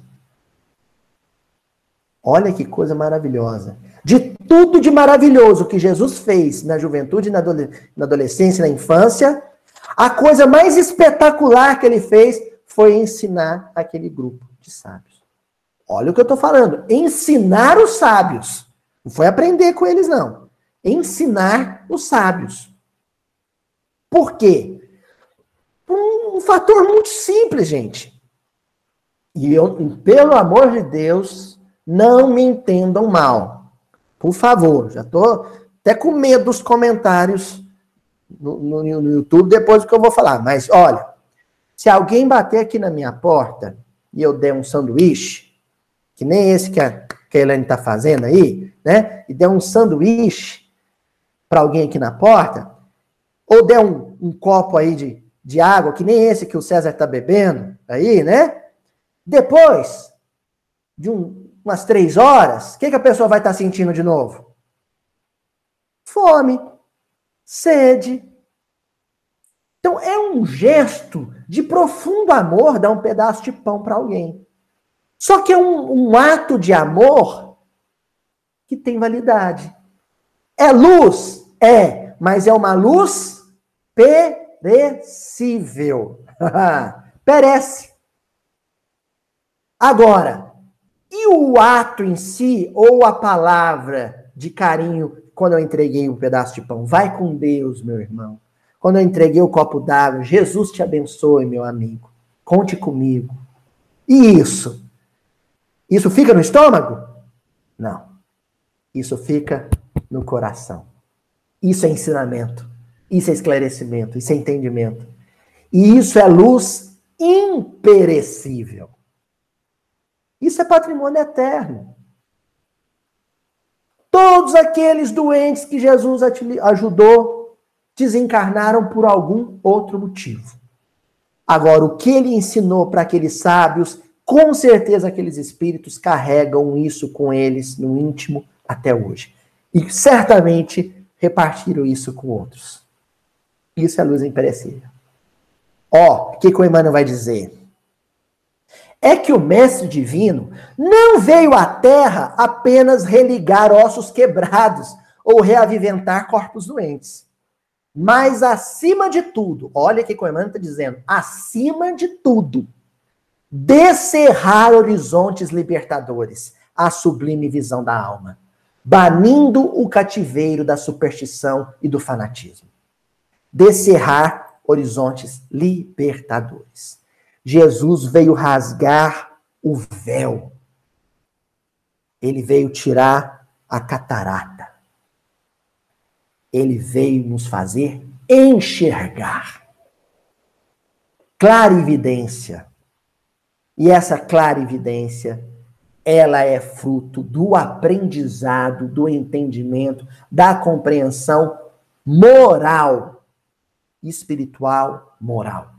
Olha que coisa maravilhosa. De tudo de maravilhoso que Jesus fez na juventude, na adolescência, na infância, a coisa mais espetacular que ele fez foi ensinar aquele grupo de sábios. Olha o que eu estou falando. Ensinar os sábios. Não foi aprender com eles, não. Ensinar os sábios. Por quê? Por um fator muito simples, gente. E eu, pelo amor de Deus, não me entendam mal. Por favor, já estou até com medo dos comentários no, no, no YouTube depois do que eu vou falar. Mas, olha, se alguém bater aqui na minha porta e eu der um sanduíche, que nem esse que a, que a Elaine está fazendo aí, né? E der um sanduíche para alguém aqui na porta, ou der um, um copo aí de, de água, que nem esse que o César está bebendo aí, né? Depois de um, umas três horas, o que, que a pessoa vai estar tá sentindo de novo? Fome, sede. Então, é um gesto de profundo amor dar um pedaço de pão para alguém. Só que é um, um ato de amor que tem validade. É luz? É, mas é uma luz perecível. Perece. Agora, e o ato em si, ou a palavra de carinho, quando eu entreguei um pedaço de pão? Vai com Deus, meu irmão. Quando eu entreguei o copo d'água, Jesus te abençoe, meu amigo. Conte comigo. E isso? Isso fica no estômago? Não. Isso fica no coração. Isso é ensinamento. Isso é esclarecimento. Isso é entendimento. E isso é luz imperecível. Isso é patrimônio eterno. Todos aqueles doentes que Jesus ajudou desencarnaram por algum outro motivo. Agora, o que ele ensinou para aqueles sábios, com certeza aqueles espíritos carregam isso com eles no íntimo até hoje. E certamente repartiram isso com outros. Isso é luz imperecível. Ó, o que, que o Emmanuel vai dizer? É que o Mestre Divino não veio à Terra apenas religar ossos quebrados ou reaviventar corpos doentes. Mas, acima de tudo, olha o que o Emmanuel está dizendo, acima de tudo, descerrar horizontes libertadores, a sublime visão da alma, banindo o cativeiro da superstição e do fanatismo. Descerrar horizontes libertadores. Jesus veio rasgar o véu. Ele veio tirar a catarata. Ele veio nos fazer enxergar. Clarividência. E essa clarividência, ela é fruto do aprendizado, do entendimento, da compreensão moral, espiritual, moral.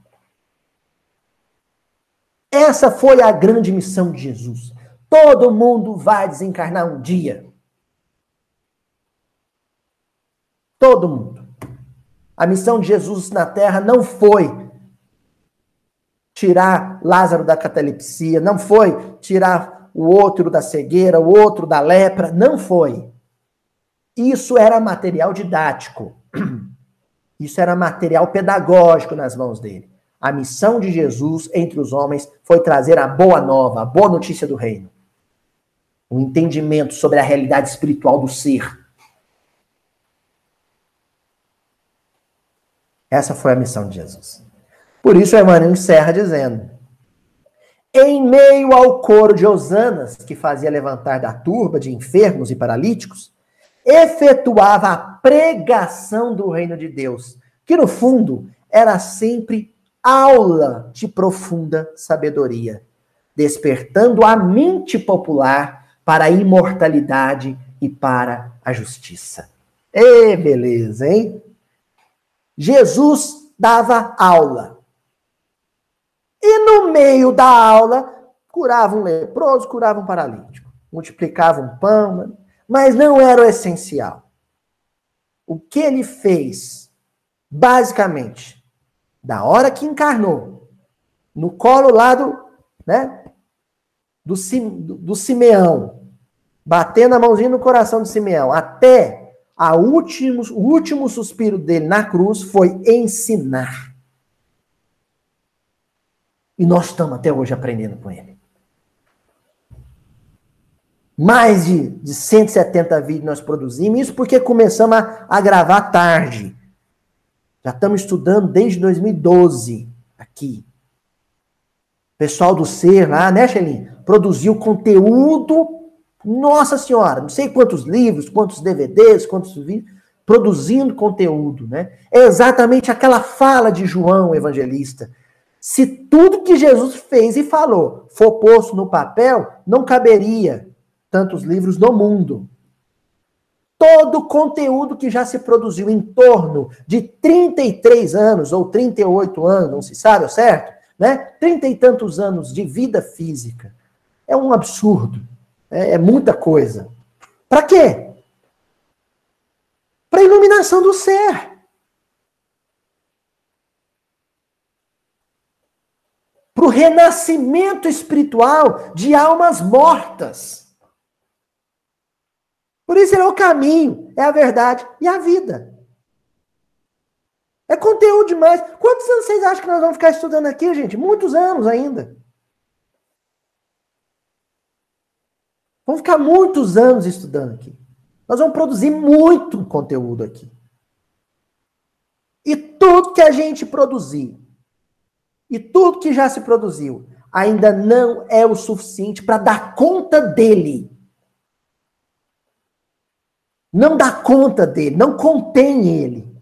Essa foi a grande missão de Jesus. Todo mundo vai desencarnar um dia. Todo mundo. A missão de Jesus na Terra não foi tirar Lázaro da catalepsia, não foi tirar o outro da cegueira, o outro da lepra, não foi. Isso era material didático. Isso era material pedagógico nas mãos dele. A missão de Jesus entre os homens foi trazer a boa nova, a boa notícia do reino. O entendimento sobre a realidade espiritual do ser. Essa foi a missão de Jesus. Por isso, Emmanuel encerra dizendo: em meio ao coro de hosanas que fazia levantar da turba de enfermos e paralíticos, efetuava a pregação do reino de Deus, que no fundo era sempre aula de profunda sabedoria, despertando a mente popular para a imortalidade e para a justiça. Ê, beleza, hein? Jesus dava aula. E no meio da aula, curava um leproso, curava um paralítico. Multiplicava um pão, mas não era o essencial. O que ele fez, basicamente, da hora que encarnou no colo lá do, né, do, do, do Simeão, batendo a mãozinha no coração de Simeão, até a último, o último suspiro dele na cruz foi ensinar. E nós estamos até hoje aprendendo com ele. Mais de, de cento e setenta vídeos nós produzimos, isso porque começamos a, a gravar tarde. Já estamos estudando desde dois mil e doze aqui. O pessoal do Ser lá, né, Xelim? Produziu conteúdo, nossa senhora, não sei quantos livros, quantos D V Ds, quantos vídeos, produzindo conteúdo, né? É exatamente aquela fala de João Evangelista. Se tudo que Jesus fez e falou for posto no papel, não caberia tantos livros no mundo. Todo o conteúdo que já se produziu em torno de trinta e três anos, ou trinta e oito anos, não se sabe, certo? Né? trinta e tantos anos de vida física. É um absurdo. É, é muita coisa. Para quê? Para a iluminação do ser. Para o renascimento espiritual de almas mortas. Por isso ele é o caminho, é a verdade e a vida. É conteúdo demais. Quantos anos vocês acham que nós vamos ficar estudando aqui, gente? Muitos anos ainda. Vamos ficar muitos anos estudando aqui. Nós vamos produzir muito conteúdo aqui. E tudo que a gente produzir, e tudo que já se produziu, ainda não é o suficiente para dar conta dele. Não dá conta dele, não contém ele.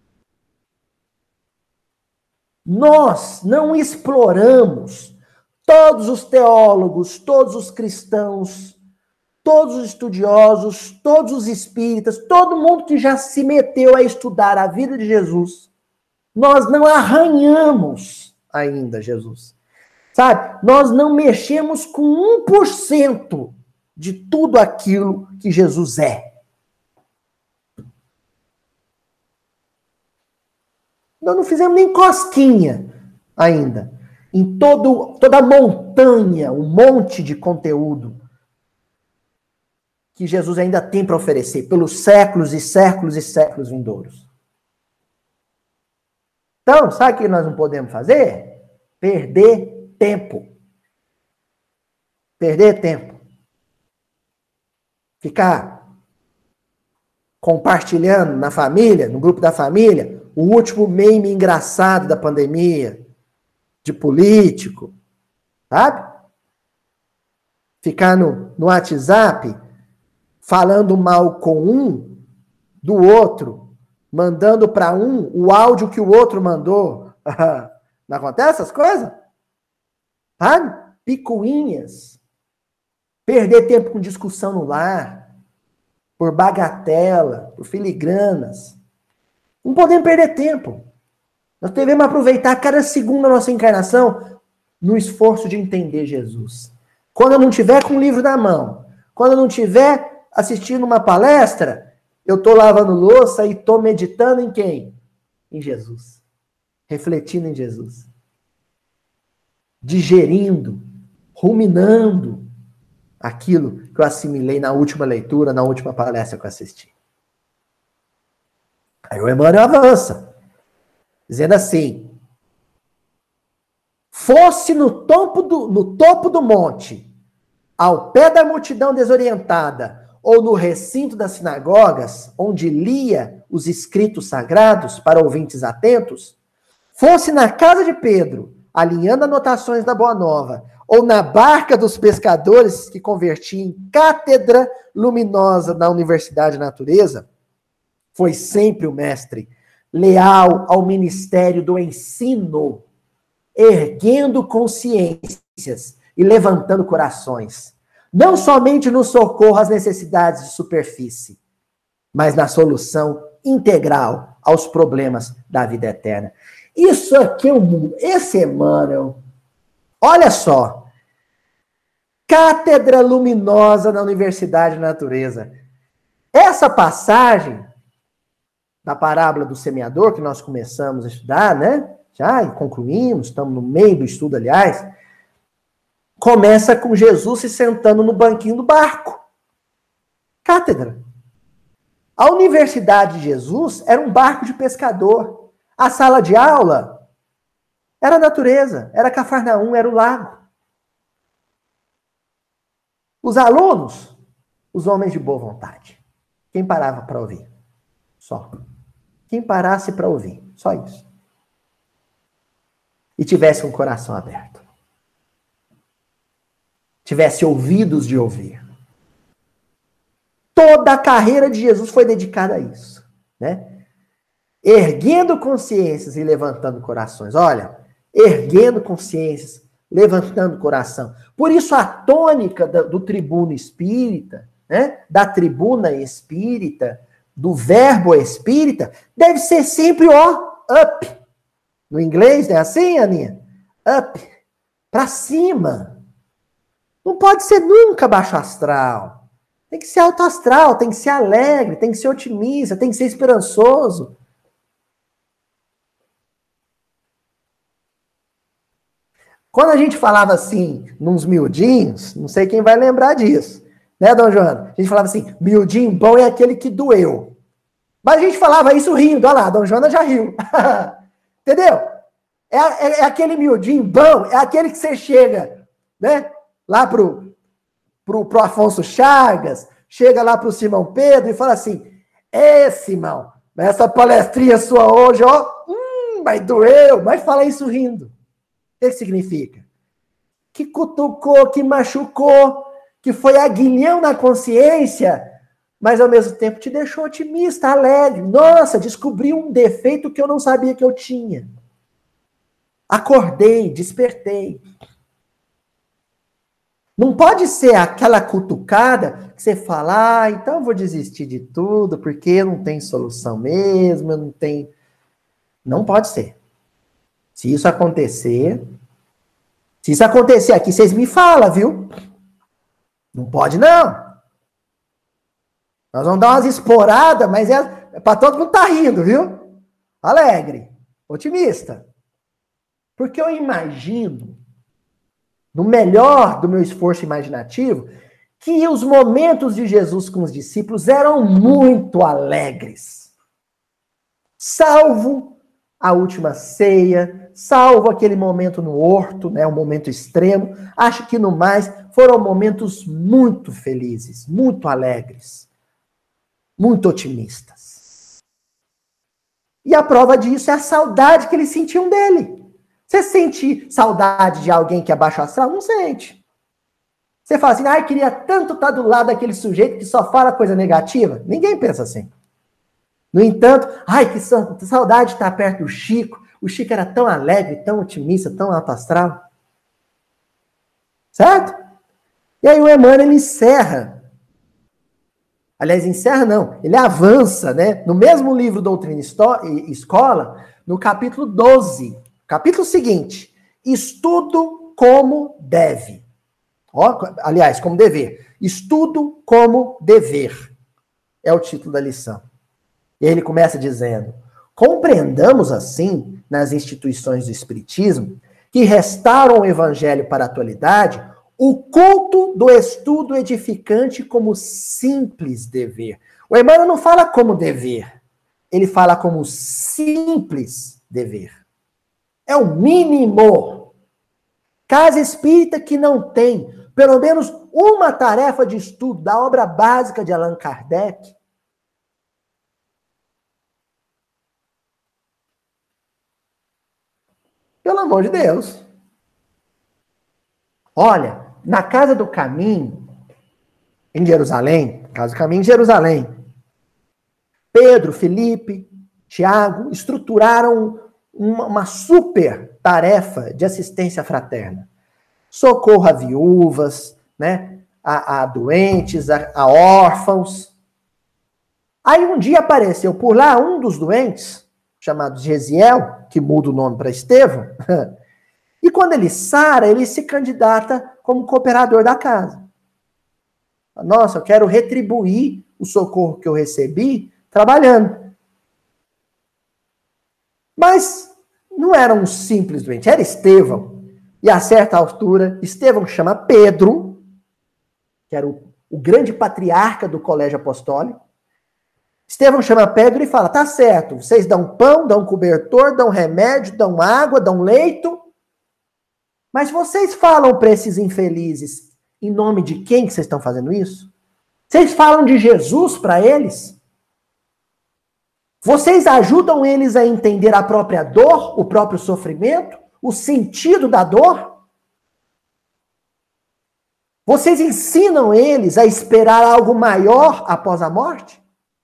Nós não exploramos todos os teólogos, todos os cristãos, todos os estudiosos, todos os espíritas, todo mundo que já se meteu a estudar a vida de Jesus. Nós não arranhamos ainda Jesus. Sabe? Nós não mexemos com um por cento de tudo aquilo que Jesus é. Nós não fizemos nem cosquinha ainda. Em todo, toda a montanha, um monte de conteúdo que Jesus ainda tem para oferecer pelos séculos e séculos e séculos vindouros. Então, sabe o que nós não podemos fazer? Perder tempo. Perder tempo. Ficar compartilhando na família, no grupo da família, o último meme engraçado da pandemia, de político, sabe? Ficar no, no WhatsApp falando mal com um do outro, mandando para um o áudio que o outro mandou. Não acontece essas coisas? Sabe? Picuinhas. Perder tempo com discussão no lar, por bagatela, por filigranas. Não podemos perder tempo. Nós devemos aproveitar cada segundo da nossa encarnação no esforço de entender Jesus. Quando eu não tiver com o livro na mão, quando eu não tiver assistindo uma palestra, eu estou lavando louça e estou meditando em quem? Em Jesus. Refletindo em Jesus. Digerindo, ruminando aquilo que eu assimilei na última leitura, na última palestra que eu assisti. Aí o Emmanuel avança, dizendo assim: fosse no topo do, no topo do monte, ao pé da multidão desorientada, ou no recinto das sinagogas, onde lia os escritos sagrados para ouvintes atentos, fosse na casa de Pedro, alinhando anotações da Boa Nova, ou na barca dos pescadores que convertia em cátedra luminosa na Universidade da Natureza, foi sempre o mestre, leal ao ministério do ensino, erguendo consciências e levantando corações, não somente no socorro às necessidades de superfície, mas na solução integral aos problemas da vida eterna. Isso aqui é o mundo. Esse Emmanuel, olha só, cátedra luminosa na Universidade da Natureza. Essa passagem da parábola do semeador, que nós começamos a estudar, né? já concluímos, estamos no meio do estudo, aliás, começa com Jesus se sentando no banquinho do barco. Cátedra. A Universidade de Jesus era um barco de pescador. A sala de aula era a natureza, era Cafarnaum, era o lago. Os alunos, os homens de boa vontade. Quem parava para ouvir? Só. Quem parasse para ouvir, só isso. E tivesse um coração aberto. Tivesse ouvidos de ouvir. Toda a carreira de Jesus foi dedicada a isso, né? Erguendo consciências e levantando corações. Olha, erguendo consciências, levantando coração. Por isso a tônica do, do tribuno espírita, né? Da tribuna espírita, do verbo espírita, deve ser sempre ó, up. No inglês é assim, Aninha? Up. Para cima. Não pode ser nunca baixo astral. Tem que ser alto astral, tem que ser alegre, tem que ser otimista, tem que ser esperançoso. Quando a gente falava assim, nos miudinhos, não sei quem vai lembrar disso, né, Dona Joana? A gente falava assim, miudinho bom é aquele que doeu. Mas a gente falava isso rindo, olha lá, a Dona Joana já riu. Entendeu? É, é, é aquele miudinho bom, é aquele que você chega, né, lá pro... Pro, pro Afonso Chagas, chega lá pro Simão Pedro e fala assim, é, Simão, essa palestrinha sua hoje, ó, hum, mas doeu, mas fala isso rindo. O que significa? Que cutucou, que machucou, que foi aguilhão na consciência, mas ao mesmo tempo te deixou otimista, alegre. Nossa, descobri um defeito que eu não sabia que eu tinha. Acordei, despertei. Não pode ser aquela cutucada que você fala, ah, então eu vou desistir de tudo, porque não tem solução mesmo, eu não tenho... Não pode ser. Se isso acontecer, se isso acontecer aqui, vocês me falam, viu? Não pode, não. Nós vamos dar umas esporadas, mas é, é para todo mundo tá rindo, viu? Alegre, otimista. Porque eu imagino, no melhor do meu esforço imaginativo, que os momentos de Jesus com os discípulos eram muito alegres. Salvo a última ceia, salvo aquele momento no horto, né, um momento extremo, acho que no mais foram momentos muito felizes, muito alegres, muito otimistas. E a prova disso é a saudade que eles sentiam dele. Você sente saudade de alguém que é baixo astral? Não sente. Você fala assim, ai, queria tanto estar do lado daquele sujeito que só fala coisa negativa. Ninguém pensa assim. No entanto, ai, que saudade de estar perto do Chico. O Chico era tão alegre, tão otimista, tão alto astral. Certo? E aí o Emmanuel, ele encerra. Aliás, encerra não, ele avança, né? No mesmo livro Doutrina e Escola, no capítulo doze. Capítulo seguinte, estudo como deve. Ó, aliás, como dever. Estudo como dever. É o título da lição. E ele começa dizendo, compreendamos assim, nas instituições do Espiritismo, que restauram o Evangelho para a atualidade, o culto do estudo edificante como simples dever. O Emmanuel não fala como dever, ele fala como simples dever. É o mínimo. Casa espírita que não tem pelo menos uma tarefa de estudo da obra básica de Allan Kardec, pelo amor de Deus. Olha, na Casa do Caminho, em Jerusalém, Casa do Caminho em Jerusalém, Pedro, Felipe, Tiago estruturaram uma, uma super tarefa de assistência fraterna. Socorro a viúvas, né, a, a doentes, a, a órfãos. Aí um dia apareceu por lá um dos doentes, chamado Gesiel, que muda o nome para Estevão, e quando ele sara, ele se candidata como cooperador da casa. Nossa, eu quero retribuir o socorro que eu recebi trabalhando. Mas não era um simples doente, era Estevão. E a certa altura, Estevão chama Pedro, que era o, o grande patriarca do colégio apostólico. Estevão chama Pedro e fala, tá certo, vocês dão pão, dão cobertor, dão remédio, dão água, dão leito, mas vocês falam para esses infelizes, em nome de quem que vocês estão fazendo isso? Vocês falam de Jesus para eles? Vocês ajudam eles a entender a própria dor, o próprio sofrimento, o sentido da dor? Vocês ensinam eles a esperar algo maior após a morte?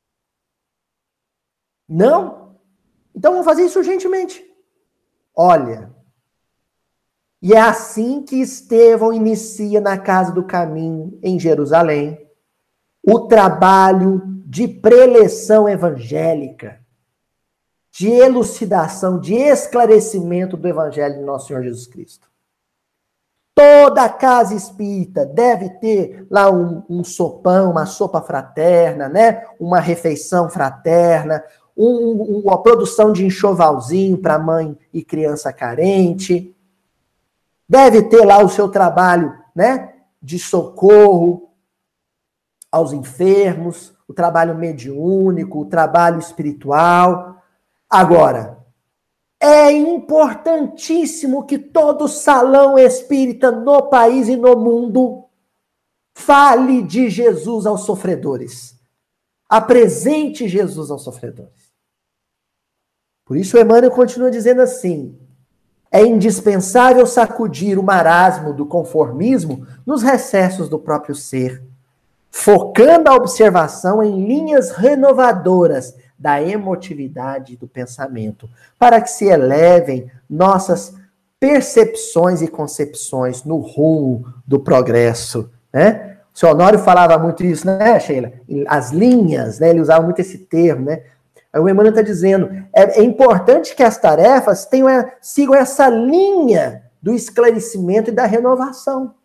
Não? Então vamos fazer isso urgentemente. Olha, e é assim que Estevão inicia na Casa do Caminho, em Jerusalém, o trabalho de preleção evangélica, de elucidação, de esclarecimento do Evangelho de Nosso Senhor Jesus Cristo. Toda casa espírita deve ter lá um, um sopão, uma sopa fraterna, né? Uma refeição fraterna, um, um, uma produção de enxovalzinho para mãe e criança carente. Deve ter lá o seu trabalho, né? De socorro aos enfermos, o trabalho mediúnico, o trabalho espiritual. Agora, é importantíssimo que todo salão espírita no país e no mundo fale de Jesus aos sofredores. Apresente Jesus aos sofredores. Por isso o Emmanuel continua dizendo assim, é indispensável sacudir o marasmo do conformismo nos recessos do próprio ser, focando a observação em linhas renovadoras da emotividade do pensamento, para que se elevem nossas percepções e concepções no rumo do progresso, né? O senhor Honório falava muito isso, né, Sheila? As linhas, né? Ele usava muito esse termo, né? O Emmanuel está dizendo, é, é importante que as tarefas tenham, sigam essa linha do esclarecimento e da renovação.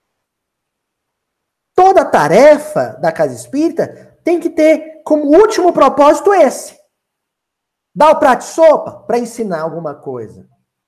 Toda tarefa da casa espírita tem que ter como último propósito esse. Dar o prato de sopa para ensinar alguma coisa.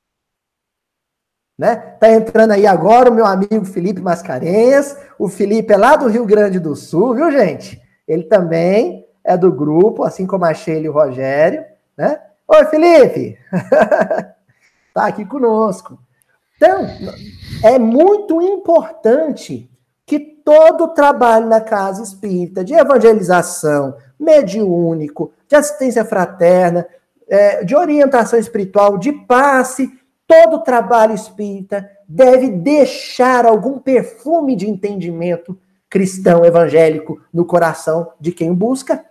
Né? Tá entrando aí agora o meu amigo Felipe Mascarenhas. O Felipe é lá do Rio Grande do Sul, viu, gente? Ele também é do grupo, assim como a Sheila e o Rogério. Né? Oi, Felipe! Tá aqui conosco. Então, é muito importante que todo o trabalho na casa espírita, de evangelização, mediúnico, de assistência fraterna, de orientação espiritual, de passe, todo o trabalho espírita deve deixar algum perfume de entendimento cristão, evangélico, no coração de quem o busca.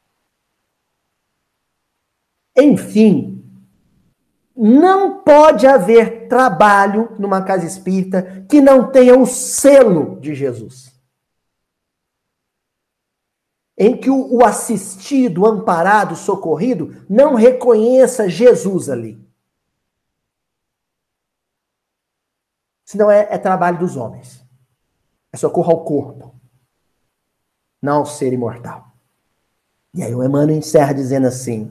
Enfim, não pode haver trabalho numa casa espírita que não tenha o selo de Jesus. Em que o, o assistido, o amparado, o socorrido não reconheça Jesus ali. Senão é, é trabalho dos homens. É socorro ao corpo, não ao ser imortal. E aí o Emmanuel encerra dizendo assim,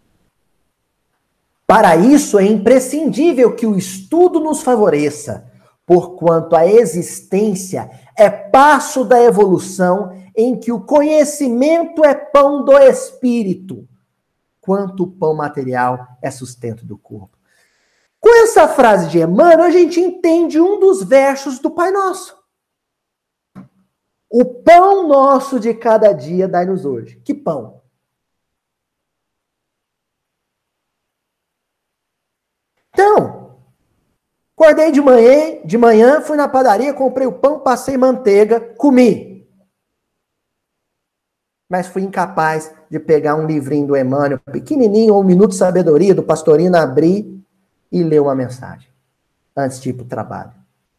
para isso é imprescindível que o estudo nos favoreça, porquanto a existência é passo da evolução em que o conhecimento é pão do espírito, quanto o pão material é sustento do corpo. Com essa frase de Emmanuel, a gente entende um dos versos do Pai Nosso. O pão nosso de cada dia dai-nos hoje. Que pão? Então, acordei de manhã, de manhã, fui na padaria, comprei o pão, passei manteiga, comi. Mas fui incapaz de pegar um livrinho do Emmanuel, pequenininho, ou um Minuto de Sabedoria, do Pastorino, abrir e ler uma mensagem, antes de ir para o trabalho.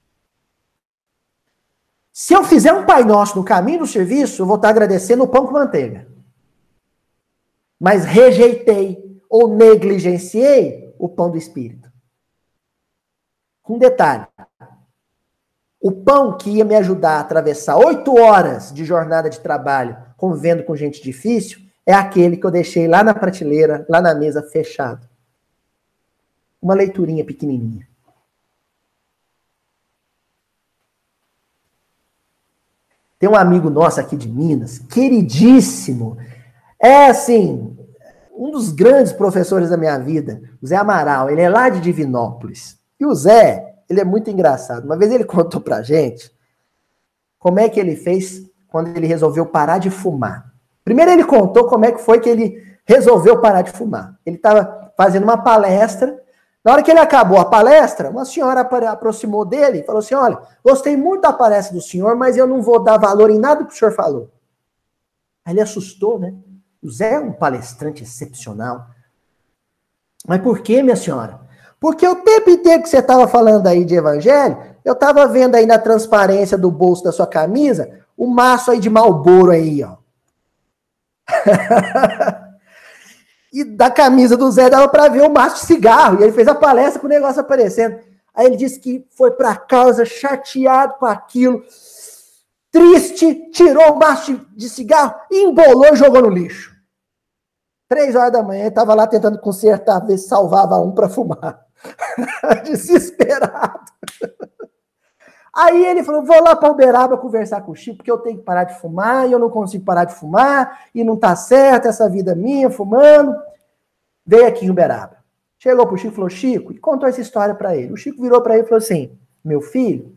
Se eu fizer um Pai Nosso no caminho do serviço, eu vou estar agradecendo o pão com manteiga. Mas rejeitei ou negligenciei o pão do Espírito. Com um detalhe. O pão que ia me ajudar a atravessar oito horas de jornada de trabalho, convivendo com gente difícil, é aquele que eu deixei lá na prateleira, lá na mesa, fechado. uma leiturinha pequenininha. Tem um amigo nosso aqui de Minas, queridíssimo. É, assim, um dos grandes professores da minha vida, o Zé Amaral. Ele é lá de Divinópolis. E o Zé, ele é muito engraçado. Uma vez ele contou pra gente como é que ele fez quando ele resolveu parar de fumar. Primeiro ele contou como é que foi que ele resolveu parar de fumar. Ele estava fazendo uma palestra. Na hora que ele acabou a palestra, uma senhora aproximou dele e falou assim, olha, gostei muito da palestra do senhor, mas eu não vou dar valor em nada que o senhor falou. Aí ele assustou, né? O Zé é um palestrante excepcional. Mas por quê, minha senhora? Porque o tempo inteiro que você estava falando aí de evangelho, eu estava vendo aí na transparência do bolso da sua camisa, o maço aí de Marlboro aí, ó. E da camisa do Zé dava para ver o maço de cigarro. E ele fez a palestra com o negócio aparecendo. Aí ele disse que foi para casa chateado com aquilo, triste, tirou o maço de, de cigarro, embolou e jogou no lixo. Três horas da manhã, ele estava lá tentando consertar, ver se salvava um para fumar. Desesperado. Aí ele falou, vou lá para Uberaba conversar com o Chico, porque eu tenho que parar de fumar, e eu não consigo parar de fumar, e não tá certo essa vida minha, fumando. Veio aqui em Uberaba. Chegou pro Chico e falou, Chico, e contou essa história para ele. O Chico virou para ele e falou assim, meu filho,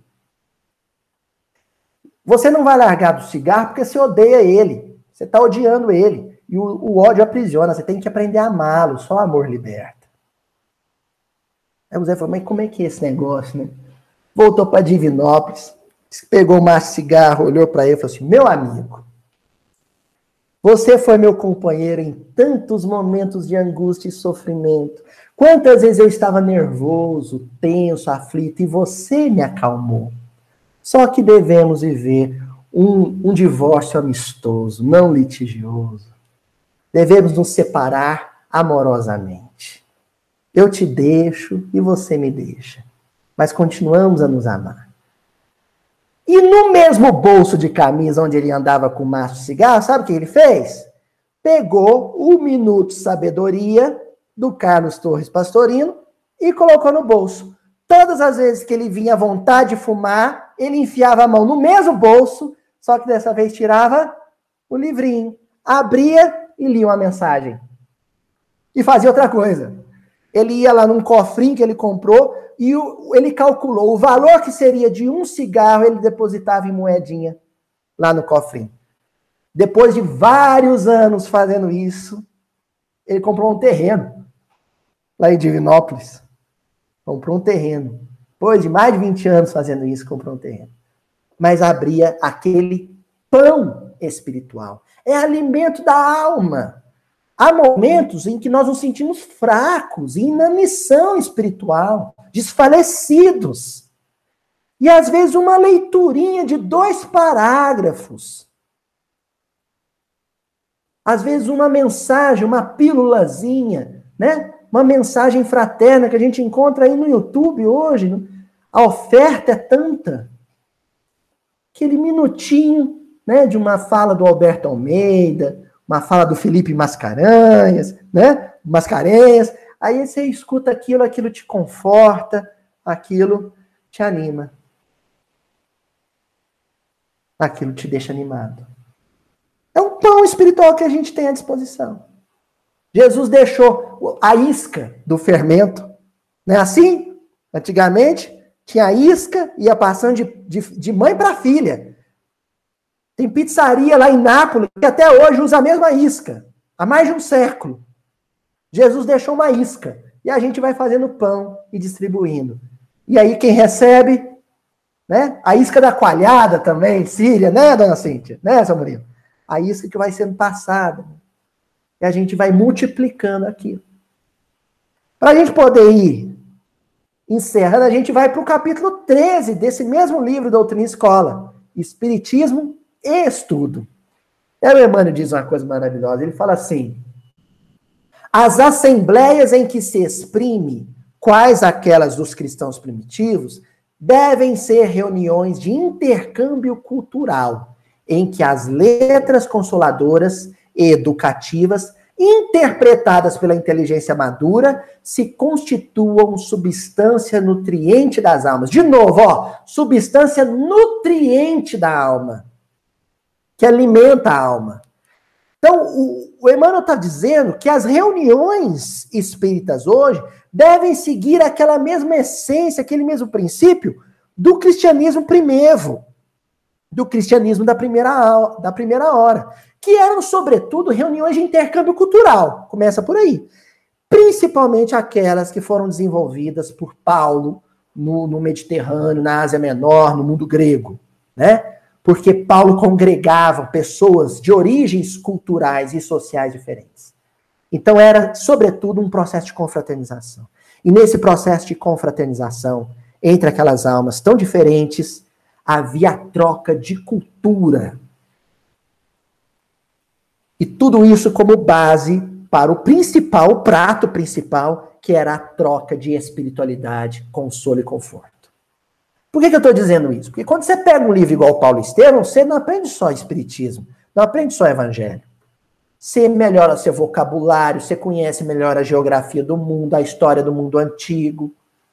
você não vai largar do cigarro porque você odeia ele. Você tá odiando ele. E o, o ódio aprisiona, você tem que aprender a amá-lo, só o amor liberta. Aí o Zé falou, mas como é que é esse negócio, né? Voltou para Divinópolis, pegou um maço de cigarro, olhou para ele e falou assim, meu amigo, você foi meu companheiro em tantos momentos de angústia e sofrimento. Quantas vezes eu estava nervoso, tenso, aflito, e você me acalmou. Só que devemos viver um, um divórcio amistoso, não litigioso. Devemos nos separar amorosamente. Eu te deixo e você me deixa. Mas continuamos a nos amar. E no mesmo bolso de camisa onde ele andava com maço de cigarro, sabe o que ele fez? Pegou o Minuto Sabedoria do Carlos Torres Pastorino e colocou no bolso. Todas as vezes que ele vinha à vontade de fumar, ele enfiava a mão no mesmo bolso, só que dessa vez tirava o livrinho, abria e lia uma mensagem. E fazia outra coisa. Ele ia lá num cofrinho que ele comprou e o, ele calculou o valor que seria de um cigarro, ele depositava em moedinha lá no cofrinho. Depois de vários anos fazendo isso, ele comprou um terreno lá em Divinópolis. Comprou um terreno. Depois de mais de vinte anos fazendo isso, comprou um terreno. Mas abria aquele pão espiritual. É alimento da alma. Há momentos em que nós nos sentimos fracos, em inanição espiritual, desfalecidos. E às vezes uma leiturinha de dois parágrafos. Às vezes uma mensagem, uma pílulazinha, né? Uma mensagem fraterna que a gente encontra aí no YouTube hoje. A oferta é tanta. Aquele minutinho, né, de uma fala do Alberto Almeida, uma fala do Felipe Mascarenhas, né? Mascarenhas. Aí você escuta aquilo, aquilo te conforta, aquilo te anima. Aquilo te deixa animado. É um pão espiritual que a gente tem à disposição. Jesus deixou a isca do fermento. Não é assim? Antigamente, tinha a isca, ia passando de, de, de mãe para filha. Tem pizzaria lá em Nápoles que até hoje usa a mesma isca. Há mais de um século. Jesus deixou uma isca. E a gente vai fazendo pão e distribuindo. E aí quem recebe, né? A isca da coalhada também, Síria, né, dona Cíntia? Né, seu Murilo? A isca que vai sendo passada. E a gente vai multiplicando aquilo. Para a gente poder ir encerrando, a gente vai para o capítulo treze desse mesmo livro, Doutrina e Escola. Espiritismo e Estudo. Aí o Emmanuel diz uma coisa maravilhosa. Ele fala assim: as assembleias em que se exprime, quais aquelas dos cristãos primitivos, devem ser reuniões de intercâmbio cultural, em que as letras consoladoras e educativas interpretadas pela inteligência madura, se constituam substância nutriente das almas. De novo, ó, substância nutriente da alma, que alimenta a alma. Então, o, o Emmanuel está dizendo que as reuniões espíritas hoje devem seguir aquela mesma essência, aquele mesmo princípio do cristianismo primevo, do cristianismo da primeira, da primeira hora, que eram, sobretudo, reuniões de intercâmbio cultural. Começa por aí. Principalmente aquelas que foram desenvolvidas por Paulo no, no Mediterrâneo, na Ásia Menor, no mundo grego, né? Porque Paulo congregava pessoas de origens culturais e sociais diferentes. Então era, sobretudo, um processo de confraternização. E nesse processo de confraternização, entre aquelas almas tão diferentes, havia a troca de cultura. E tudo isso como base para o principal, o prato principal, que era a troca de espiritualidade, consolo e conforto. Por que, que eu estou dizendo isso? Porque quando você pega um livro igual o Paulo Estevão, você não aprende só espiritismo, não aprende só evangelho. Você melhora seu vocabulário, você conhece melhor a geografia do mundo, a história do mundo antigo.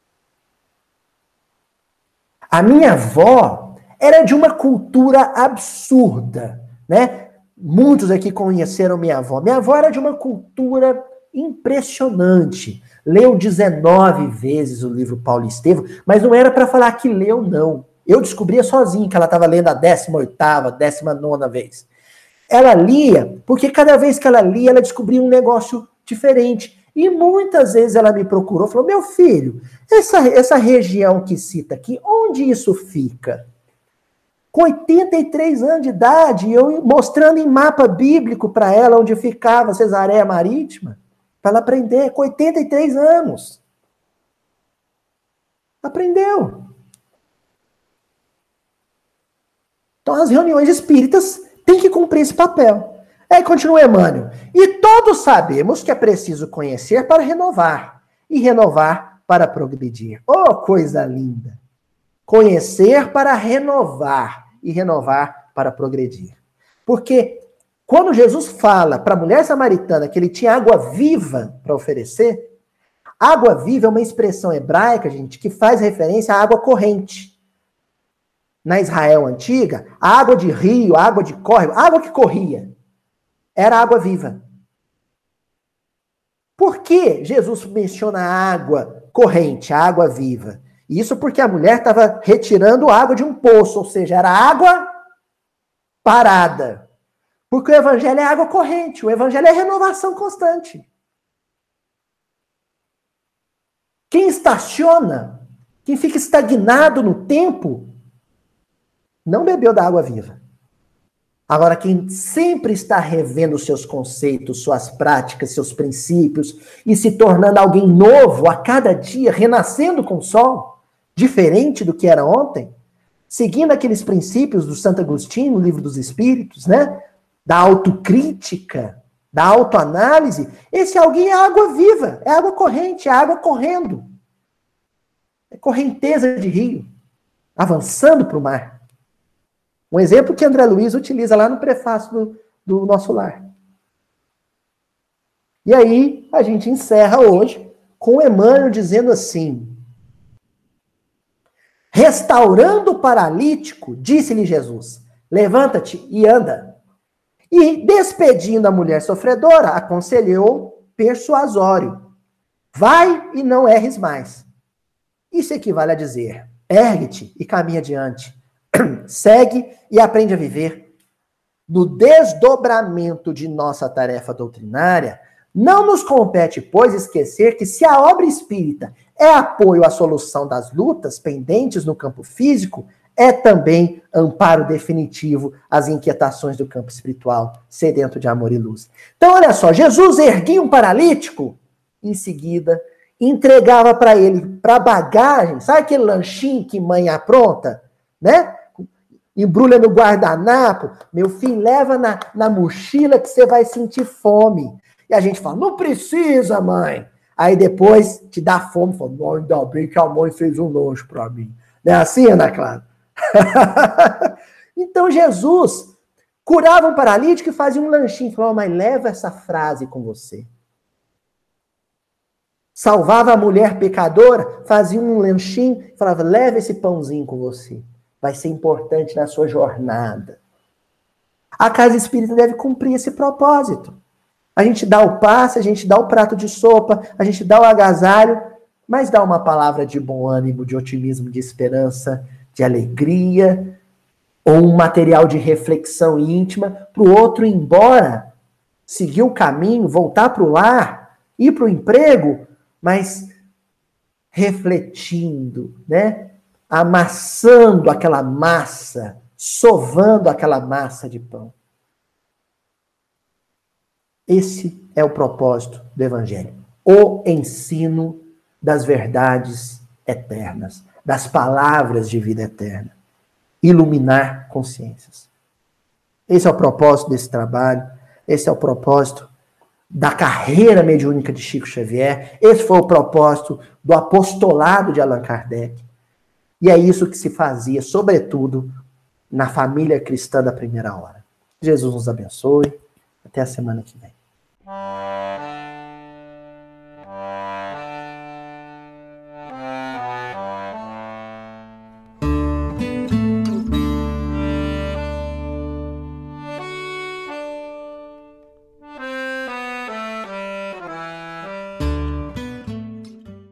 A minha avó era de uma cultura absurda, né? Muitos aqui conheceram minha avó. Minha avó era de uma cultura impressionante. Leu dezenove vezes o livro Paulo Estevão, mas não era para falar que leu, não. Eu descobria sozinho que ela estava lendo a décima oitava, décima nona vez. Ela lia, porque cada vez que ela lia, ela descobria um negócio diferente. E muitas vezes ela me procurou e falou, meu filho, essa, essa região que cita aqui, onde isso fica? Com oitenta e três anos de idade, eu mostrando em mapa bíblico para ela onde ficava Cesareia Marítima, para ela aprender, com oitenta e três anos. Aprendeu. Então as reuniões espíritas têm que cumprir esse papel. Aí continua Emmanuel. E todos sabemos que é preciso conhecer para renovar, e renovar para progredir. Oh, coisa linda! Conhecer para renovar e renovar para progredir. Porque quando Jesus fala para a mulher samaritana que ele tinha água viva para oferecer, água viva é uma expressão hebraica, gente, que faz referência à água corrente. Na Israel antiga, a água de rio, a água de córrego, a água que corria, era água viva. Por que Jesus menciona a água corrente, a água viva? Isso porque a mulher estava retirando água de um poço, ou seja, era água parada. Porque o evangelho é água corrente, o evangelho é renovação constante. Quem estaciona, quem fica estagnado no tempo, não bebeu da água viva. Agora, quem sempre está revendo seus conceitos, suas práticas, seus princípios, e se tornando alguém novo a cada dia, renascendo com o sol, diferente do que era ontem, seguindo aqueles princípios do Santo Agostinho, no Livro dos Espíritos, né? Da autocrítica, da autoanálise, esse alguém é água viva, é água corrente, é água correndo. É correnteza de rio, avançando para o mar. Um exemplo que André Luiz utiliza lá no prefácio do, do Nosso Lar. E aí, a gente encerra hoje com o Emmanuel dizendo assim: restaurando o paralítico, disse-lhe Jesus, levanta-te e anda. E, despedindo a mulher sofredora, aconselhou persuasório, vai e não erres mais. Isso equivale a dizer, ergue-te e caminha adiante, segue e aprende a viver. No desdobramento de nossa tarefa doutrinária, não nos compete, pois, esquecer que se a obra espírita é apoio à solução das lutas pendentes no campo físico, é também amparo definitivo às inquietações do campo espiritual, sedento de amor e luz. Então, olha só, Jesus erguia um paralítico, em seguida, entregava para ele, para bagagem, sabe aquele lanchinho que mãe apronta, né? Embrulha no guardanapo, meu filho, leva na, na mochila que você vai sentir fome. E a gente fala, não precisa, mãe. Aí depois te dá fome, fala, não, ainda bem que a mãe fez um lanche para mim. Não é assim, Ana Clara? Então Jesus Curava um paralítico e fazia um lanchinho. Falava, mas leva essa frase com você. Salvava a mulher pecadora, fazia um lanchinho e falava, leva esse pãozinho com você. Vai ser importante na sua jornada. A casa espírita deve cumprir esse propósito. A gente dá o passe, a gente dá o prato de sopa, a gente dá o agasalho, mas dá uma palavra de bom ânimo, de otimismo, de esperança, de alegria, ou um material de reflexão íntima para o outro ir embora, seguir o caminho, voltar para o lar, ir para o emprego, mas refletindo, né? Amassando aquela massa, sovando aquela massa de pão. Esse é o propósito do Evangelho. O ensino das verdades eternas, das palavras de vida eterna. Iluminar consciências. Esse é o propósito desse trabalho. Esse é o propósito da carreira mediúnica de Chico Xavier. Esse foi o propósito do apostolado de Allan Kardec. E é isso que se fazia, sobretudo, na família cristã da primeira hora. Jesus nos abençoe. Até a semana que vem.